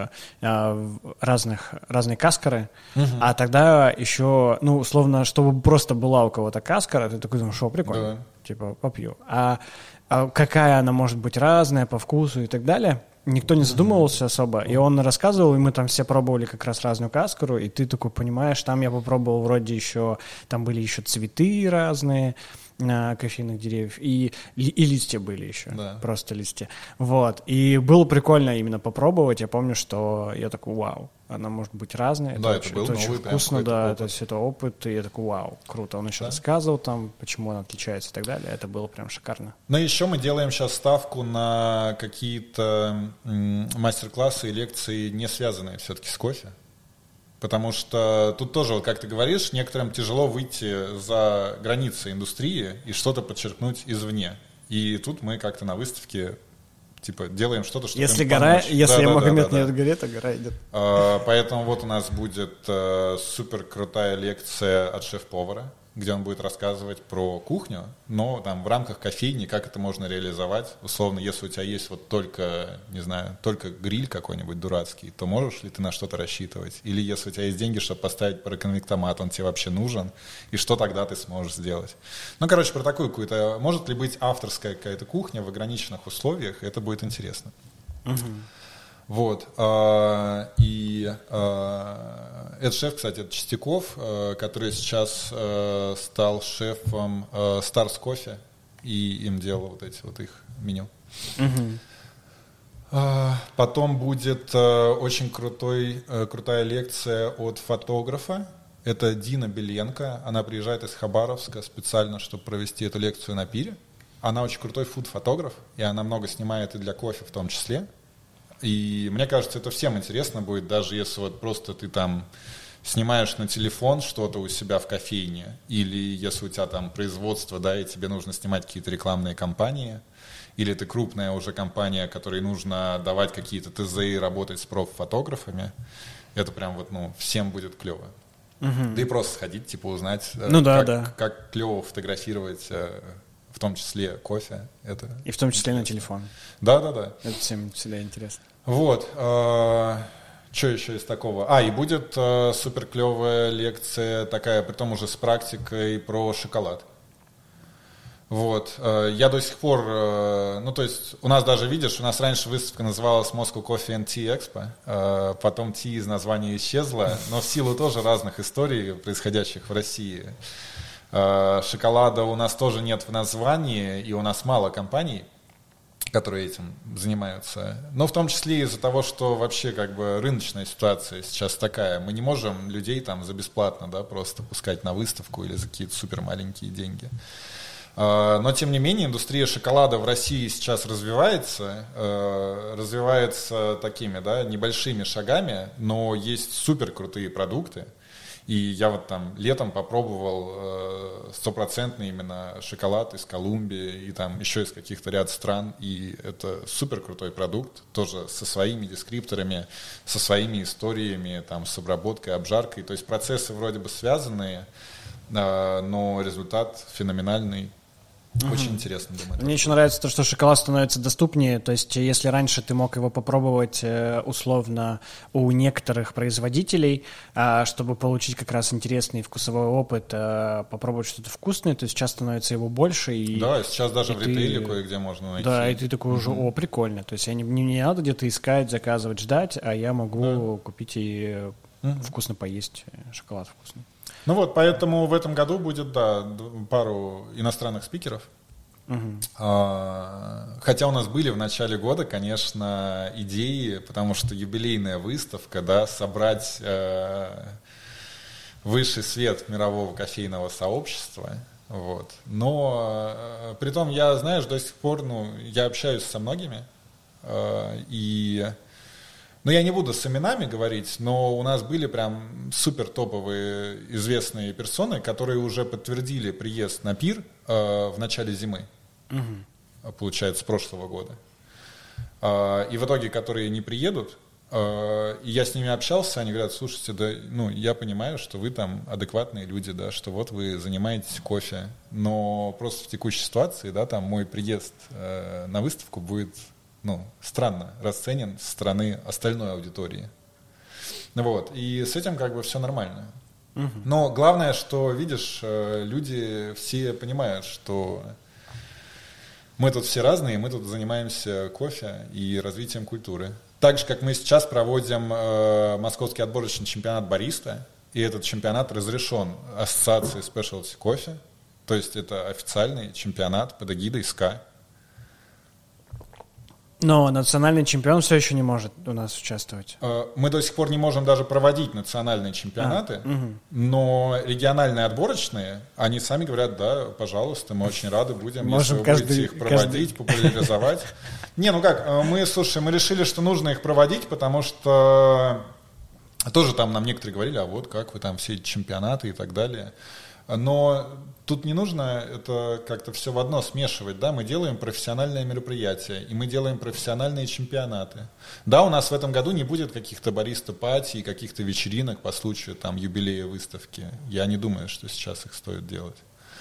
разные каскары, а тогда еще, условно, чтобы просто была у кого-то каскара, ты такой думаешь, прикольно, попью. А какая она может быть разная по вкусу и так далее, никто не задумывался особо, и он рассказывал, и мы там все пробовали как раз разную каскару, и ты такой понимаешь, там я попробовал вроде еще, там были еще цветы разные кофейных деревьев, и листья были еще, просто листья. Вот, и было прикольно именно попробовать, я помню, что я такой, вау, она может быть разная, это очень, был это новый очень вкусно, да, опыт. то есть это опыт, и я такой, вау, круто, он еще рассказывал там, почему она отличается и так далее, это было прям шикарно. Но еще мы делаем сейчас ставку на какие-то мастер-классы и лекции, не связанные все-таки с кофе. Потому что тут тоже, как ты говоришь, некоторым тяжело выйти за границы индустрии и что-то подчеркнуть извне. И тут мы как-то на выставке делаем что-то, чтобы если им помочь. Если Магомед не от горе, то гора идет. Поэтому вот у нас будет супер крутая лекция от шеф-повара, где он будет рассказывать про кухню, но там в рамках кофейни, как это можно реализовать. Условно, если у тебя есть только гриль какой-нибудь дурацкий, то можешь ли ты на что-то рассчитывать? Или если у тебя есть деньги, чтобы поставить пароконвектомат, он тебе вообще нужен, и что тогда ты сможешь сделать? Про такую какую-то... Может ли быть авторская какая-то кухня в ограниченных условиях? Это будет интересно. Вот. И этот шеф, кстати, это Чистяков, который сейчас стал шефом Stars Coffee, и им делал вот эти вот их меню. Потом будет очень крутая лекция от фотографа. Это Дина Беленко. Она приезжает из Хабаровска специально, чтобы провести эту лекцию на пире. Она очень крутой фуд-фотограф, и она много снимает и для кофе в том числе. И мне кажется, это всем интересно будет, даже если просто ты там снимаешь на телефон что-то у себя в кофейне, или если у тебя там производство, и тебе нужно снимать какие-то рекламные кампании, или ты крупная уже компания, которой нужно давать какие-то ТЗ и работать с проф-фотографами, это прям всем будет клево. Да и просто сходить, узнать, как клево фотографировать, в том числе кофе. Это и в том числе интересно. На телефон. Да. Это всем всегда интересно. Вот. Что еще из такого? И будет супер клевая лекция такая, притом уже с практикой про шоколад. Вот. Я до сих пор... то есть у нас даже, видишь, у нас раньше выставка называлась Moscow Coffee and Tea Expo, потом Tea из названия исчезла, но в силу тоже разных историй, происходящих в России. Шоколада у нас тоже нет в названии, и у нас мало компаний, которые этим занимаются. Но в том числе из-за того, что вообще как бы рыночная ситуация сейчас такая. Мы не можем людей там за бесплатно, да, просто пускать на выставку или за какие-то супер маленькие деньги. Но, тем не менее, индустрия шоколада в России сейчас развивается такими, да, небольшими шагами, но есть супер крутые продукты. И я вот там летом попробовал стопроцентный именно шоколад из Колумбии и там еще из каких-то ряд стран. И это супер крутой продукт, тоже со своими дескрипторами, со своими историями, там, с обработкой, обжаркой. То есть процессы вроде бы связанные, но результат феноменальный. Очень интересно, думаю. Мне еще нравится то, что шоколад становится доступнее. То есть, если раньше ты мог его попробовать условно у некоторых производителей, чтобы получить как раз интересный вкусовой опыт, попробовать что-то вкусное, то сейчас становится его больше. И, да, сейчас даже в ритейле кое-где можно найти. Да, и ты такой уже, прикольно. То есть, не надо где-то искать, заказывать, ждать, а я могу купить и вкусно поесть шоколад вкусный. Ну вот, поэтому в этом году будет, да, пару иностранных спикеров. Хотя у нас были в начале года, конечно, идеи, потому что юбилейная выставка, да, собрать высший свет мирового кофейного сообщества. Вот. Но при том я, знаешь, до сих пор, я общаюсь со многими, я не буду с именами говорить, но у нас были прям супер топовые известные персоны, которые уже подтвердили приезд на пир в начале зимы, получается, прошлого года. И в итоге, которые не приедут, и я с ними общался, они говорят: слушайте, да, я понимаю, что вы там адекватные люди, да, что вот вы занимаетесь кофе, но просто в текущей ситуации, да, там мой приезд на выставку будет странно расценен со стороны остальной аудитории. Вот. И с этим как бы все нормально. Но главное, что, видишь, люди все понимают, что мы тут все разные, мы тут занимаемся кофе и развитием культуры. Так же, как мы сейчас проводим московский отборочный чемпионат бариста, и этот чемпионат разрешен Ассоциацией Specialty Coffee, то есть это официальный чемпионат под эгидой СКА. Но национальный чемпион все еще не может у нас участвовать. Мы до сих пор не можем даже проводить национальные чемпионаты, но региональные отборочные, они сами говорят: да, пожалуйста, мы очень рады будем, если вы будете их проводить, популяризовать. Мы решили, что нужно их проводить, потому что тоже там нам некоторые говорили: а вот как вы там все эти чемпионаты и так далее. Но тут не нужно это как-то все в одно смешивать, да, мы делаем профессиональные мероприятия, и мы делаем профессиональные чемпионаты. Да, у нас в этом году не будет каких-то бариста-пати, каких-то вечеринок по случаю там юбилея выставки. Я не думаю, что сейчас их стоит делать.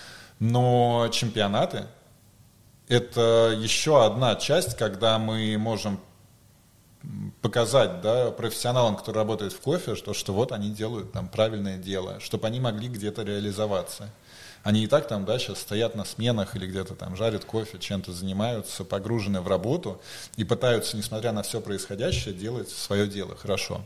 Но чемпионаты – это еще одна часть, когда мы можем показать, да, профессионалам, которые работают в кофе, что вот они делают там правильное дело, чтобы они могли где-то реализоваться. Они и так там, да, сейчас стоят на сменах или где-то там жарят кофе, чем-то занимаются, погружены в работу и пытаются, несмотря на все происходящее, делать свое дело хорошо.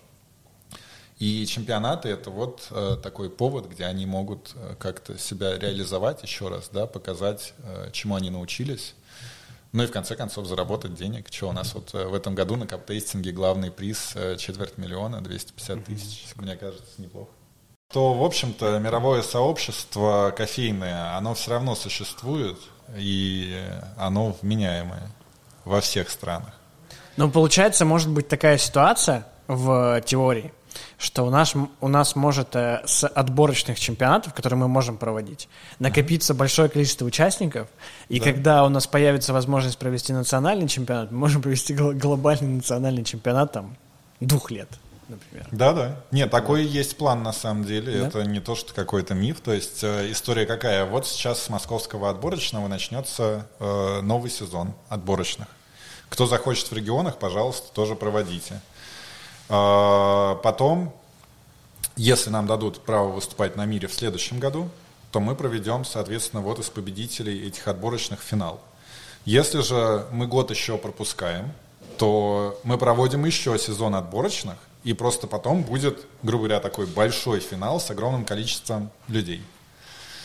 И чемпионаты – это вот такой повод, где они могут как-то себя реализовать еще раз, да, показать, чему они научились. Ну и в конце концов заработать денег. Что у нас вот в этом году на каптейстинге главный приз 250 000, 250 тысяч, мне кажется, неплохо. То, в общем-то, мировое сообщество кофейное, оно все равно существует, и оно вменяемое во всех странах. Ну, получается, может быть такая ситуация в теории, что у нас может с отборочных чемпионатов, которые мы можем проводить, накопиться большое количество участников, и когда у нас появится возможность провести национальный чемпионат, мы можем провести глобальный национальный чемпионат там 2 лет, например. Да. Нет, такой есть план на самом деле. Да? Это не то, что какой-то миф. То есть история какая? Вот сейчас с московского отборочного начнется новый сезон отборочных. Кто захочет в регионах, пожалуйста, тоже проводите. Потом, если нам дадут право выступать на мире в следующем году, то мы проведем, соответственно, вот из победителей этих отборочных финал. Если же мы год еще пропускаем, то мы проводим еще сезон отборочных, и просто потом будет, грубо говоря, такой большой финал с огромным количеством людей.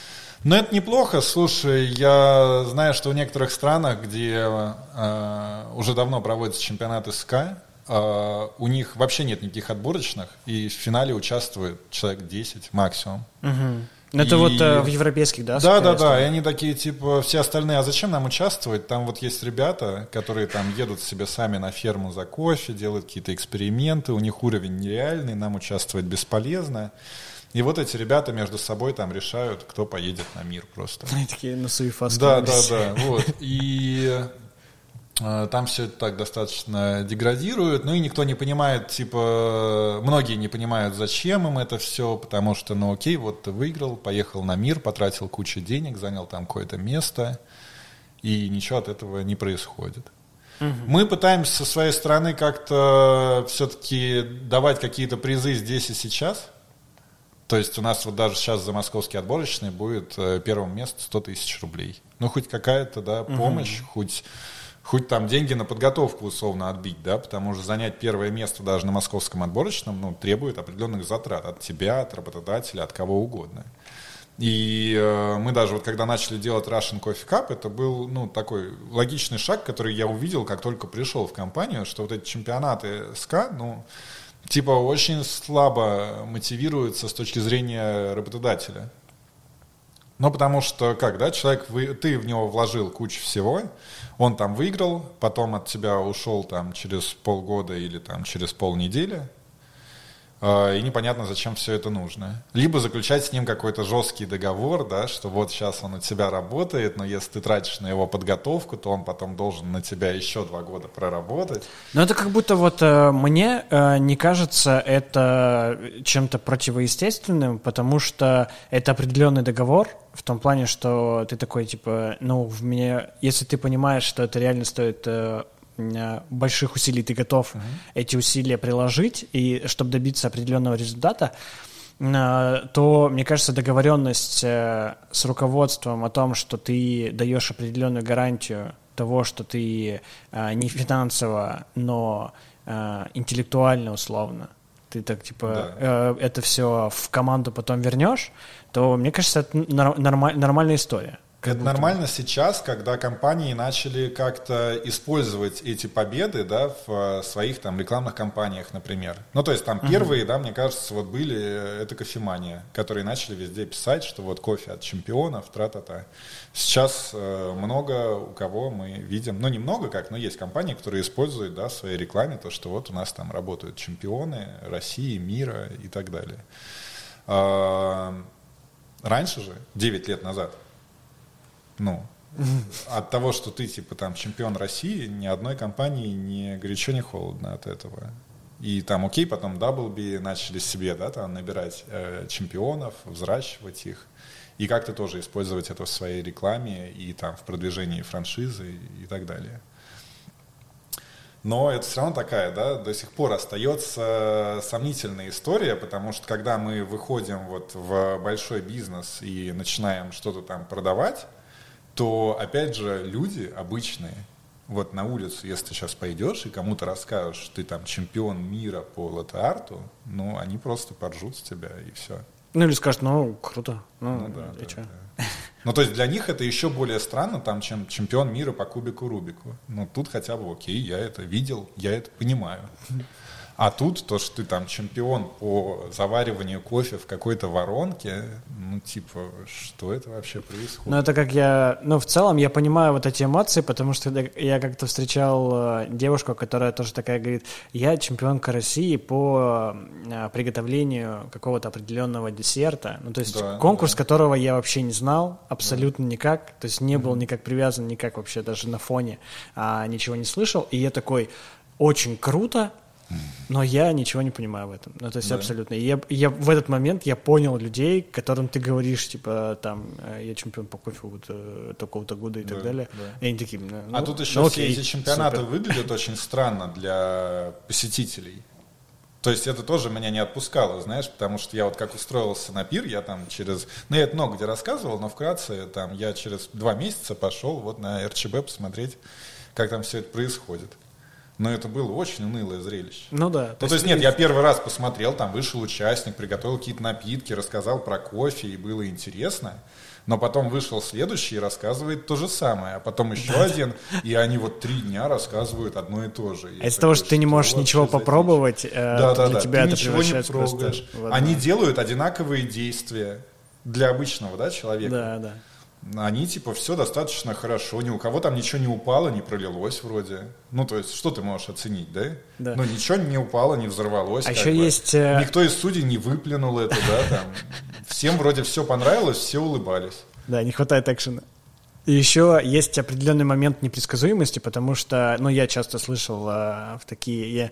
Но это неплохо. Слушай, я знаю, что в некоторых странах, где уже давно проводятся чемпионаты СКА, у них вообще нет никаких отборочных, и в финале участвует человек 10 максимум. Это вот в европейских, да? Да, и они такие, типа, все остальные, а зачем нам участвовать? Там вот есть ребята, которые там едут себе сами на ферму за кофе, делают какие-то эксперименты, у них уровень нереальный, нам участвовать бесполезно. И вот эти ребята между собой там решают, кто поедет на мир просто. Они такие на суефа. Да, вот. И там все это так достаточно деградирует, ну и никто не понимает, типа, многие не понимают, зачем им это все, потому что, ну окей, вот ты выиграл, поехал на мир, потратил кучу денег, занял там какое-то место, и ничего от этого не происходит. Мы пытаемся со своей стороны как-то все-таки давать какие-то призы здесь и сейчас. То есть у нас вот даже сейчас за московский отборочный будет первым местом 100 тысяч рублей. Ну, хоть какая-то, да, помощь, хоть там деньги на подготовку условно отбить, да, потому что занять первое место даже на московском отборочном, ну, требует определенных затрат от тебя, от работодателя, от кого угодно. И мы даже вот когда начали делать Russian Coffee Cup, это был, ну, такой логичный шаг, который я увидел, как только пришел в компанию, что вот эти чемпионаты СКА, ну, типа очень слабо мотивируются с точки зрения работодателя. Ну, потому что, как, да, человек, ты в него вложил кучу всего, он там выиграл, потом от тебя ушел там через полгода или там через полнедели, и непонятно, зачем все это нужно. Либо заключать с ним какой-то жесткий договор, да, что вот сейчас он у тебя работает, но если ты тратишь на его подготовку, то он потом должен на тебя еще 2 года проработать. Но это как будто вот мне не кажется это чем-то противоестественным, потому что это определенный договор, в том плане, что ты такой, типа, ну, если ты понимаешь, что это реально стоит больших усилий, ты готов эти усилия приложить, и чтобы добиться определенного результата, то, мне кажется, договоренность с руководством о том, что ты даешь определенную гарантию того, что ты не финансово, но интеллектуально, условно, ты так, типа, это все в команду потом вернешь, то, мне кажется, это нормальная история. Это нормально сейчас, когда компании начали как-то использовать эти победы, да, в своих там рекламных кампаниях, например. Ну, то есть там первые, да, мне кажется, вот были, это кофемания, которые начали везде писать, что вот кофе от чемпионов, тра-та-та. Сейчас много у кого мы видим, ну, немного как, но есть компании, которые используют, да, в своей рекламе то, что вот у нас там работают чемпионы России, мира и так далее. Раньше же, 9 лет назад, ну, от того, что ты, типа, там, чемпион России, ни одной компании не горячо, не холодно от этого. И там, окей, потом Даблби начали себе, да, там, набирать чемпионов, взращивать их, и как-то тоже использовать это в своей рекламе и там в продвижении франшизы и так далее. Но это все равно такая, да, до сих пор остается сомнительная история, потому что когда мы выходим вот в большой бизнес и начинаем что-то там продавать, то, опять же, люди обычные, вот на улицу, если ты сейчас пойдешь и кому-то расскажешь, что ты там чемпион мира по латте-арту, ну, они просто поржут с тебя, и все. Ну, или скажут, ну, круто, ну да, и что? Да. Ну, то есть для них это еще более странно, там, чем чемпион мира по кубику Рубику. Ну, тут хотя бы, окей, я это видел, я это понимаю. А тут то, что ты там чемпион по завариванию кофе в какой-то воронке, ну, типа, что это вообще происходит? Ну, это как в целом я понимаю вот эти эмоции, потому что я как-то встречал девушку, которая тоже такая говорит, я чемпионка России по приготовлению какого-то определенного десерта, ну, то есть конкурс, которого я вообще не знал, абсолютно никак, то есть не был никак привязан, никак вообще даже на фоне, ничего не слышал, и я такой, очень круто, но я ничего не понимаю в этом. Ну, то есть абсолютно. И я в этот момент я понял людей, которым ты говоришь, типа, там, я чемпион по кофе вот такого-то года и так далее. Да. И они такие, ну, а тут еще все эти чемпионаты выглядят очень странно для посетителей. То есть это тоже меня не отпускало, знаешь, потому что я вот как устроился на пир, я там ну, я это много где рассказывал, но вкратце, там, я через 2 месяца пошел вот на РЧБ посмотреть, как там все это происходит. Но это было очень унылое зрелище. Ну да. То есть нет, я первый раз посмотрел, там вышел участник, приготовил какие-то напитки, рассказал про кофе, и было интересно. Но потом вышел следующий и рассказывает то же самое. А потом еще один, и они вот 3 дня рассказывают одно и то же. А из-за того, что ты не можешь ничего попробовать, для тебя это превращается просто... Они делают одинаковые действия для обычного, да, человека. Да, да. Они, типа, все достаточно хорошо, ни у кого там ничего не упало, не пролилось вроде. Ну, то есть, что ты можешь оценить, да? Да. Ну, ничего не упало, не взорвалось. А еще есть... Никто из судей не выплюнул это, да, там. Всем вроде все понравилось, все улыбались. Да, не хватает экшена. И еще есть определенный момент непредсказуемости, потому что, ну, я часто слышал в такие...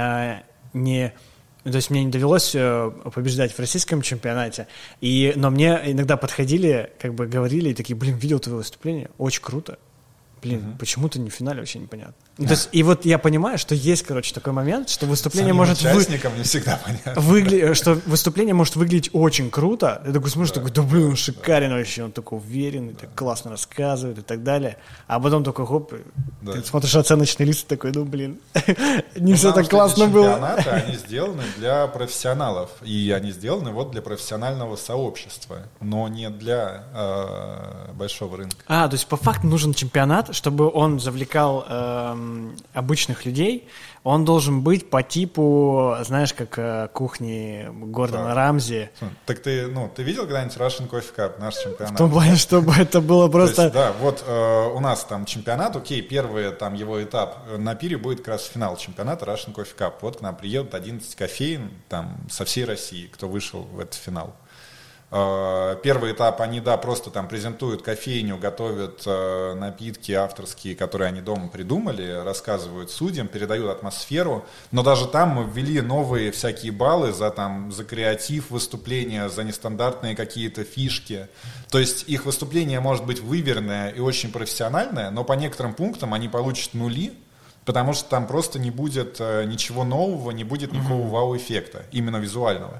То есть мне не довелось побеждать в российском чемпионате, но мне иногда подходили, как бы говорили, и такие, блин, видел твое выступление, очень круто. Блин, почему ты не в финале, вообще непонятно. То есть, и вот я понимаю, что есть, короче, такой момент, что выступление может... участникам не всегда понятно. Что выступление может выглядеть очень круто. Я такой смотришь, такой, да блин, он шикарен вообще, он такой уверенный, так классно рассказывает и так далее. А потом такой, хоп, ты смотришь оценочный лист, такой, ну блин, не все так классно было. Чемпионаты, они сделаны для профессионалов, и они сделаны вот для профессионального сообщества, но не для большого рынка. То есть по факту нужен чемпионат, чтобы он завлекал обычных людей, он должен быть по типу, знаешь, как кухни Гордона Рамзи. Так ты видел когда-нибудь Russian Coffee Cup, наш чемпионат? В том плане, чтобы это было просто... То есть, да, вот у нас там чемпионат, окей, первый там его этап на пире будет как раз финал чемпионата Russian Coffee Cup. Вот к нам приедут 11 кофеин там со всей России, кто вышел в этот финал. Первый этап они, просто там презентуют кофейню, готовят напитки авторские, которые они дома придумали, рассказывают судьям, передают атмосферу. Но даже там мы ввели новые всякие баллы за креатив выступления, за нестандартные какие-то фишки. То есть их выступление может быть выверенное и очень профессиональное, но по некоторым пунктам они получат нули, потому что там просто не будет ничего нового, не будет никакого вау-эффекта, именно визуального.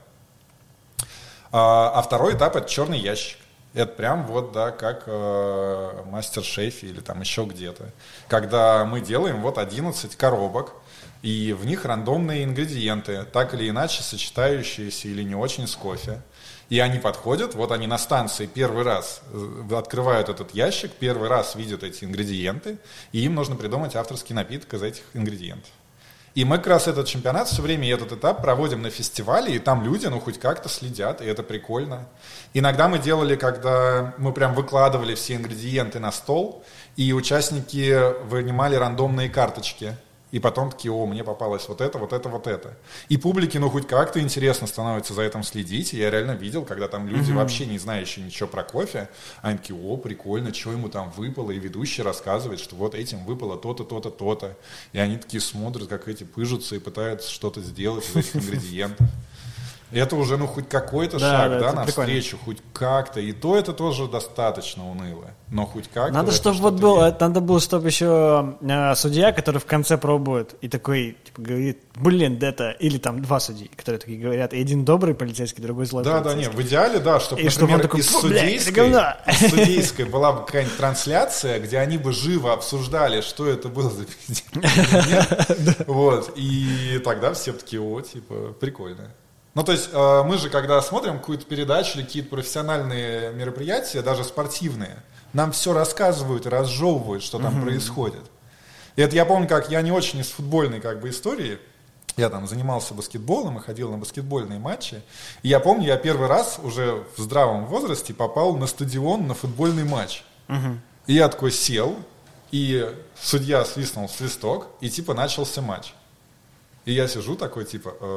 А второй этап — это черный ящик. Это прям как в Мастер-шефе или там еще где-то. Когда мы делаем 11 коробок, и в них рандомные ингредиенты, так или иначе сочетающиеся или не очень с кофе. И они подходят, они на станции первый раз открывают этот ящик, первый раз видят эти ингредиенты, и им нужно придумать авторский напиток из этих ингредиентов. И мы как раз этот чемпионат все время и этот этап проводим на фестивале, и там люди, хоть как-то следят, и это прикольно. Иногда мы делали, когда мы прям выкладывали все ингредиенты на стол, и участники вынимали рандомные карточки. И потом такие, мне попалось вот это. И публике, хоть как-то интересно становится за этим следить. И я реально видел, когда там люди, вообще не знающие ничего про кофе, они такие, прикольно, что ему там выпало. И ведущий рассказывает, что этим выпало то-то, то-то, то-то. И они такие смотрят, как эти пыжатся и пытаются что-то сделать из этих ингредиентов. И это уже, хоть какой-то шаг, навстречу, хоть как-то. И то это тоже достаточно уныло. Но хоть как-то. Надо, чтобы надо было, чтобы еще судья, который в конце пробует, и такой, говорит, блин, это... Или там 2 судьи, которые такие говорят, и один добрый полицейский, другой злой полицейский. В идеале, чтобы, и например, такой, из судейской была бы какая-нибудь трансляция, где они бы живо обсуждали, что это было за пиздец. И тогда все такие, прикольно. То есть мы же, когда смотрим какую-то передачу или какие-то профессиональные мероприятия, даже спортивные, нам все рассказывают и разжевывают, что там происходит. И это я помню, как я не очень из футбольной истории, я там занимался баскетболом и ходил на баскетбольные матчи. И я помню, я первый раз уже в здравом возрасте попал на стадион на футбольный матч. И я такой сел, и судья свистнул свисток, и начался матч. И я сижу такой,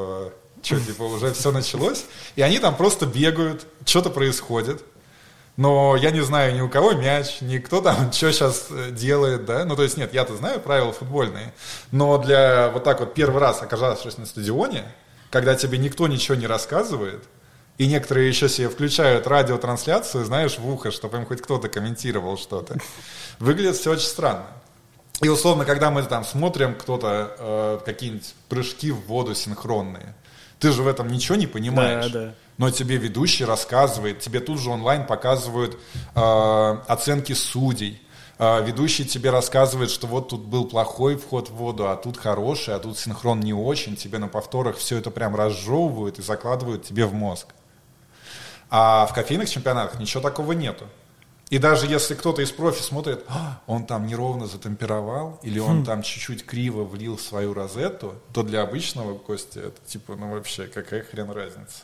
уже все началось? И они там просто бегают, что-то происходит. Но я не знаю ни у кого мяч, ни кто там что сейчас делает, да? То есть нет, я-то знаю правила футбольные. Но для первый раз оказавшись на стадионе, когда тебе никто ничего не рассказывает, и некоторые еще себе включают радиотрансляцию, знаешь, в ухо, чтобы им хоть кто-то комментировал что-то, выглядит все очень странно. И условно, когда мы там смотрим кто-то, какие-нибудь прыжки в воду синхронные, ты же в этом ничего не понимаешь. Да. Но тебе ведущий рассказывает, тебе тут же онлайн показывают оценки судей, Ведущий тебе рассказывает, что вот тут был плохой вход в воду, а тут хороший, а тут синхрон не очень. Тебе на повторах все это прям разжевывают и закладывают тебе в мозг. А в кофейных чемпионатах ничего такого нету. И даже если кто-то из профи смотрит, он там неровно затемперовал, или он там чуть-чуть криво влил свою розетту, то для обычного Кости это типа, ну вообще, какая хрен разница.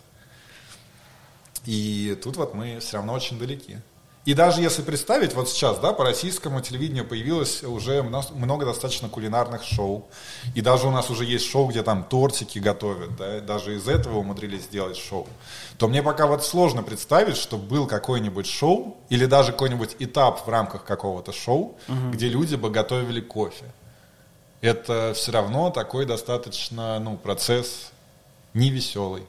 И тут вот мы все равно очень далеки. И даже если представить, вот сейчас, да, по российскому телевидению появилось уже много достаточно кулинарных шоу. И даже у нас уже есть шоу, где там тортики готовят, да, даже из этого умудрились сделать шоу. То мне пока вот сложно представить, что был какой-нибудь шоу, или даже какой-нибудь этап в рамках какого-то шоу, где люди бы готовили кофе. Это все равно такой достаточно, ну, процесс невеселый.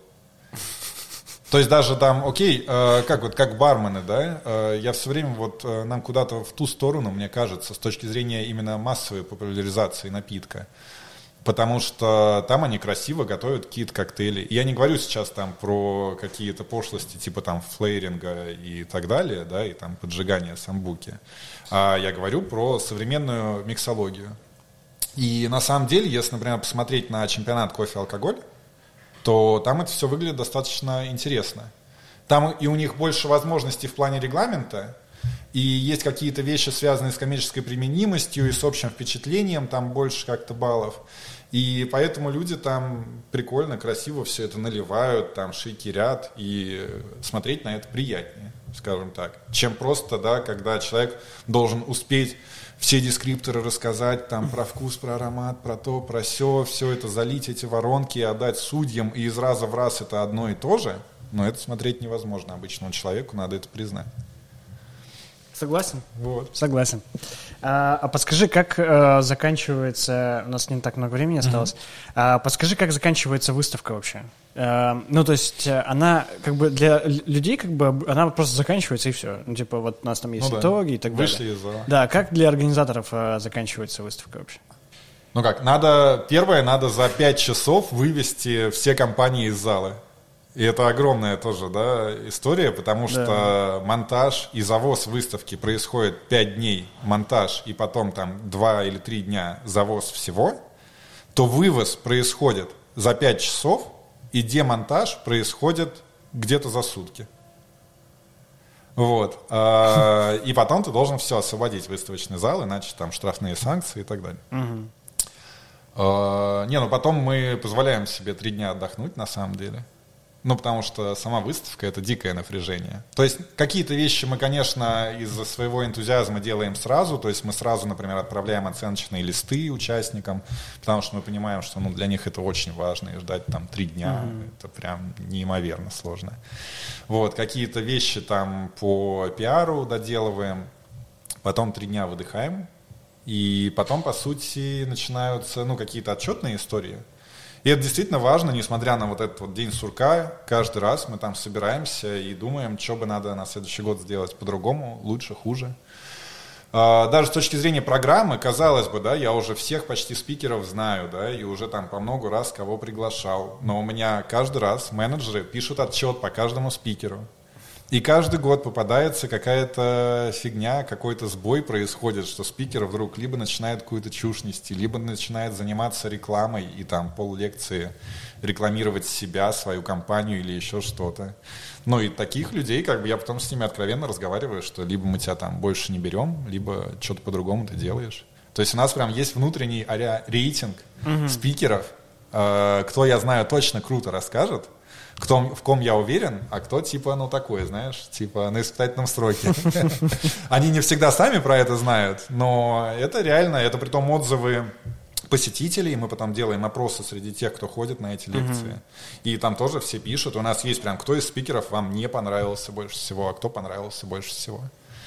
То есть даже там, окей, как бармены, да, я все время вот нам куда-то в ту сторону, мне кажется, с точки зрения именно массовой популяризации напитка. Потому что там они красиво готовят какие-то коктейли. И я не говорю сейчас там про какие-то пошлости типа там флейринга и так далее, да, и там поджигания самбуки. А я говорю про современную миксологию. И на самом деле, если, например, посмотреть на чемпионат кофе-алкоголь, то там это все выглядит достаточно интересно. Там и у них больше возможностей в плане регламента, и есть какие-то вещи, связанные с коммерческой применимостью и с общим впечатлением, там больше как-то баллов. И поэтому люди там прикольно, красиво все это наливают, там шейкерят, и смотреть на это приятнее, скажем так, чем просто, да, когда человек должен успеть все дескрипторы рассказать, там, про вкус, про аромат, про то, про сё, все это залить, эти воронки, отдать судьям, и из раза в раз это одно и то же, но это смотреть невозможно обычному человеку, надо это признать. Согласен? Вот. Согласен. А подскажи, как заканчивается... У нас не так много времени осталось. Подскажи, как заканчивается выставка вообще? Ну, то есть она как бы для людей как бы она просто заканчивается и все. Ну, типа вот у нас там есть итоги и так далее. Вышли из зала. Да, как для организаторов заканчивается выставка вообще? Ну как, первое, надо за 5 часов вывести все компании из зала. И это огромная тоже, да, история, потому что монтаж и завоз выставки происходит 5 дней, монтаж, и потом там 2 или 3 дня завоз всего, то вывоз происходит за 5 часов, и демонтаж происходит где-то за сутки. Вот. И потом ты должен все освободить выставочный зал, иначе там штрафные санкции и так далее. Ну потом мы позволяем себе 3 дня отдохнуть на самом деле. Ну, потому что сама выставка — это дикое напряжение. То есть какие-то вещи мы, конечно, из-за своего энтузиазма делаем сразу. То есть мы сразу, например, отправляем оценочные листы участникам, потому что мы понимаем, что для них это очень важно, и ждать там 3 дня это прям неимоверно сложно. Вот, какие-то вещи там по пиару доделываем, потом 3 дня выдыхаем, и потом, по сути, начинаются какие-то отчетные истории. И это действительно важно, несмотря на вот этот вот день сурка, каждый раз мы там собираемся и думаем, что бы надо на следующий год сделать по-другому, лучше, хуже. Даже с точки зрения программы, казалось бы, да, я уже всех почти спикеров знаю, да, и уже там по много раз кого приглашал. Но у меня каждый раз менеджеры пишут отчет по каждому спикеру. И каждый год попадается какая-то фигня, какой-то сбой происходит, что спикер вдруг либо начинает какую-то чушь нести, либо начинает заниматься рекламой и там поллекции рекламировать себя, свою компанию или еще что-то. Ну и таких людей, как бы я потом с ними откровенно разговариваю, что либо мы тебя там больше не берем, либо что-то по-другому ты делаешь. То есть у нас прям есть внутренний рейтинг спикеров, кто, я знаю, точно круто расскажет, в ком я уверен, а кто типа, такой, знаешь, типа на испытательном сроке. Они не всегда сами про это знают, но это реально, это притом отзывы посетителей, мы потом делаем опросы среди тех, кто ходит на эти лекции, и там тоже все пишут, у нас есть прям, кто из спикеров вам не понравился больше всего, а кто понравился больше всего.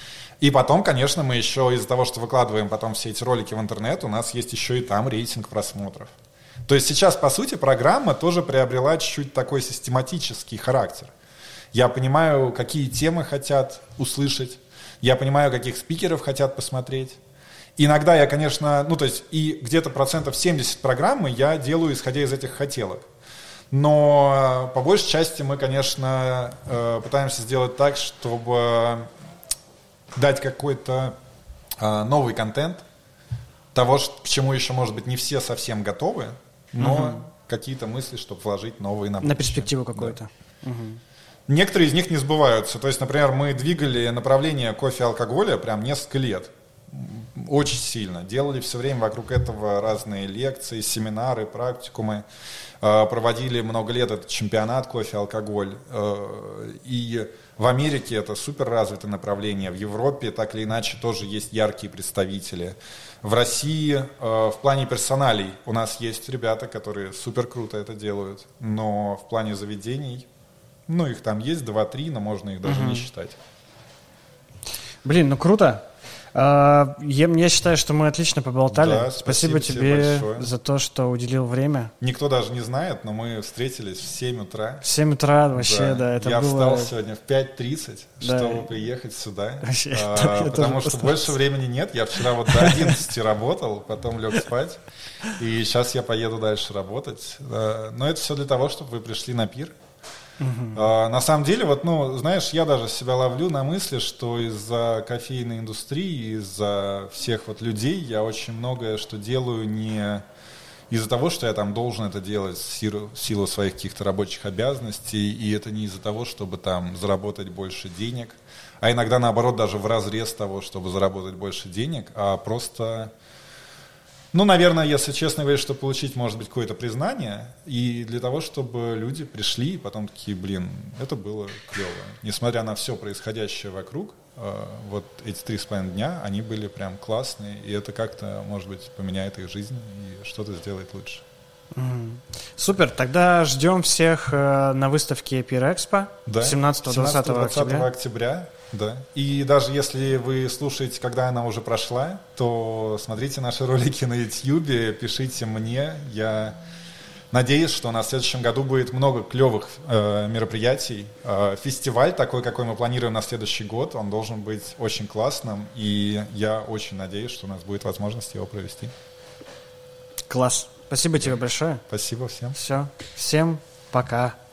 И потом, конечно, мы еще из-за того, что выкладываем потом все эти ролики в интернет, у нас есть еще и там рейтинг просмотров. То есть сейчас, по сути, программа тоже приобрела чуть-чуть такой систематический характер. Я понимаю, какие темы хотят услышать, я понимаю, каких спикеров хотят посмотреть. Иногда я, конечно, то есть и где-то 70% программы я делаю, исходя из этих хотелок. Но по большей части мы, конечно, пытаемся сделать так, чтобы дать какой-то новый контент, того, к чему еще, может быть, не все совсем готовы, но какие-то мысли, чтобы вложить новые на будущее. На перспективу какую-то. Да. Некоторые из них не сбываются. То есть, например, мы двигали направление кофе и алкоголя прям несколько лет. Очень сильно. Делали все время вокруг этого разные лекции, семинары, практикумы. Проводили много лет этот чемпионат кофе-алкоголь. И в Америке это супер развитое направление. В Европе так или иначе тоже есть яркие представители. В России в плане персоналей у нас есть ребята, которые супер круто это делают. Но в плане заведений, их там есть 2-3, но можно их даже не считать. Блин, круто. Я считаю, что мы отлично поболтали. Да, спасибо тебе большое за то, что уделил время. Никто даже не знает, но мы встретились в 7 утра. В 7 утра вообще, да. Это я было... встал сегодня в 5:30, да. чтобы приехать сюда. Вообще, потому что больше времени нет. Я вчера до 11 работал, потом лег спать. И сейчас я поеду дальше работать. Но это все для того, чтобы вы пришли на пир. На самом деле, знаешь, я даже себя ловлю на мысли, что из-за кофейной индустрии, из-за всех людей я очень многое что делаю не из-за того, что я там должен это делать в силу своих каких-то рабочих обязанностей, и это не из-за того, чтобы там заработать больше денег, а иногда наоборот даже вразрез того, чтобы заработать больше денег, а просто... наверное, если честно говорить, чтобы получить, может быть, какое-то признание, и для того, чтобы люди пришли, и потом такие, это было клево. Несмотря на все происходящее вокруг, эти 3,5 дня, они были прям классные, и это как-то, может быть, поменяет их жизнь и что-то сделает лучше. Супер, тогда ждем всех на выставке Peer Expo 17-20 октября. Да. И даже если вы слушаете, когда она уже прошла, то смотрите наши ролики на YouTube, пишите мне. Я надеюсь, что у нас в следующем году будет много клевых мероприятий. Фестиваль такой, какой мы планируем на следующий год, он должен быть очень классным. И я очень надеюсь, что у нас будет возможность его провести. Класс. Спасибо тебе большое. Спасибо всем. Все. Всем пока.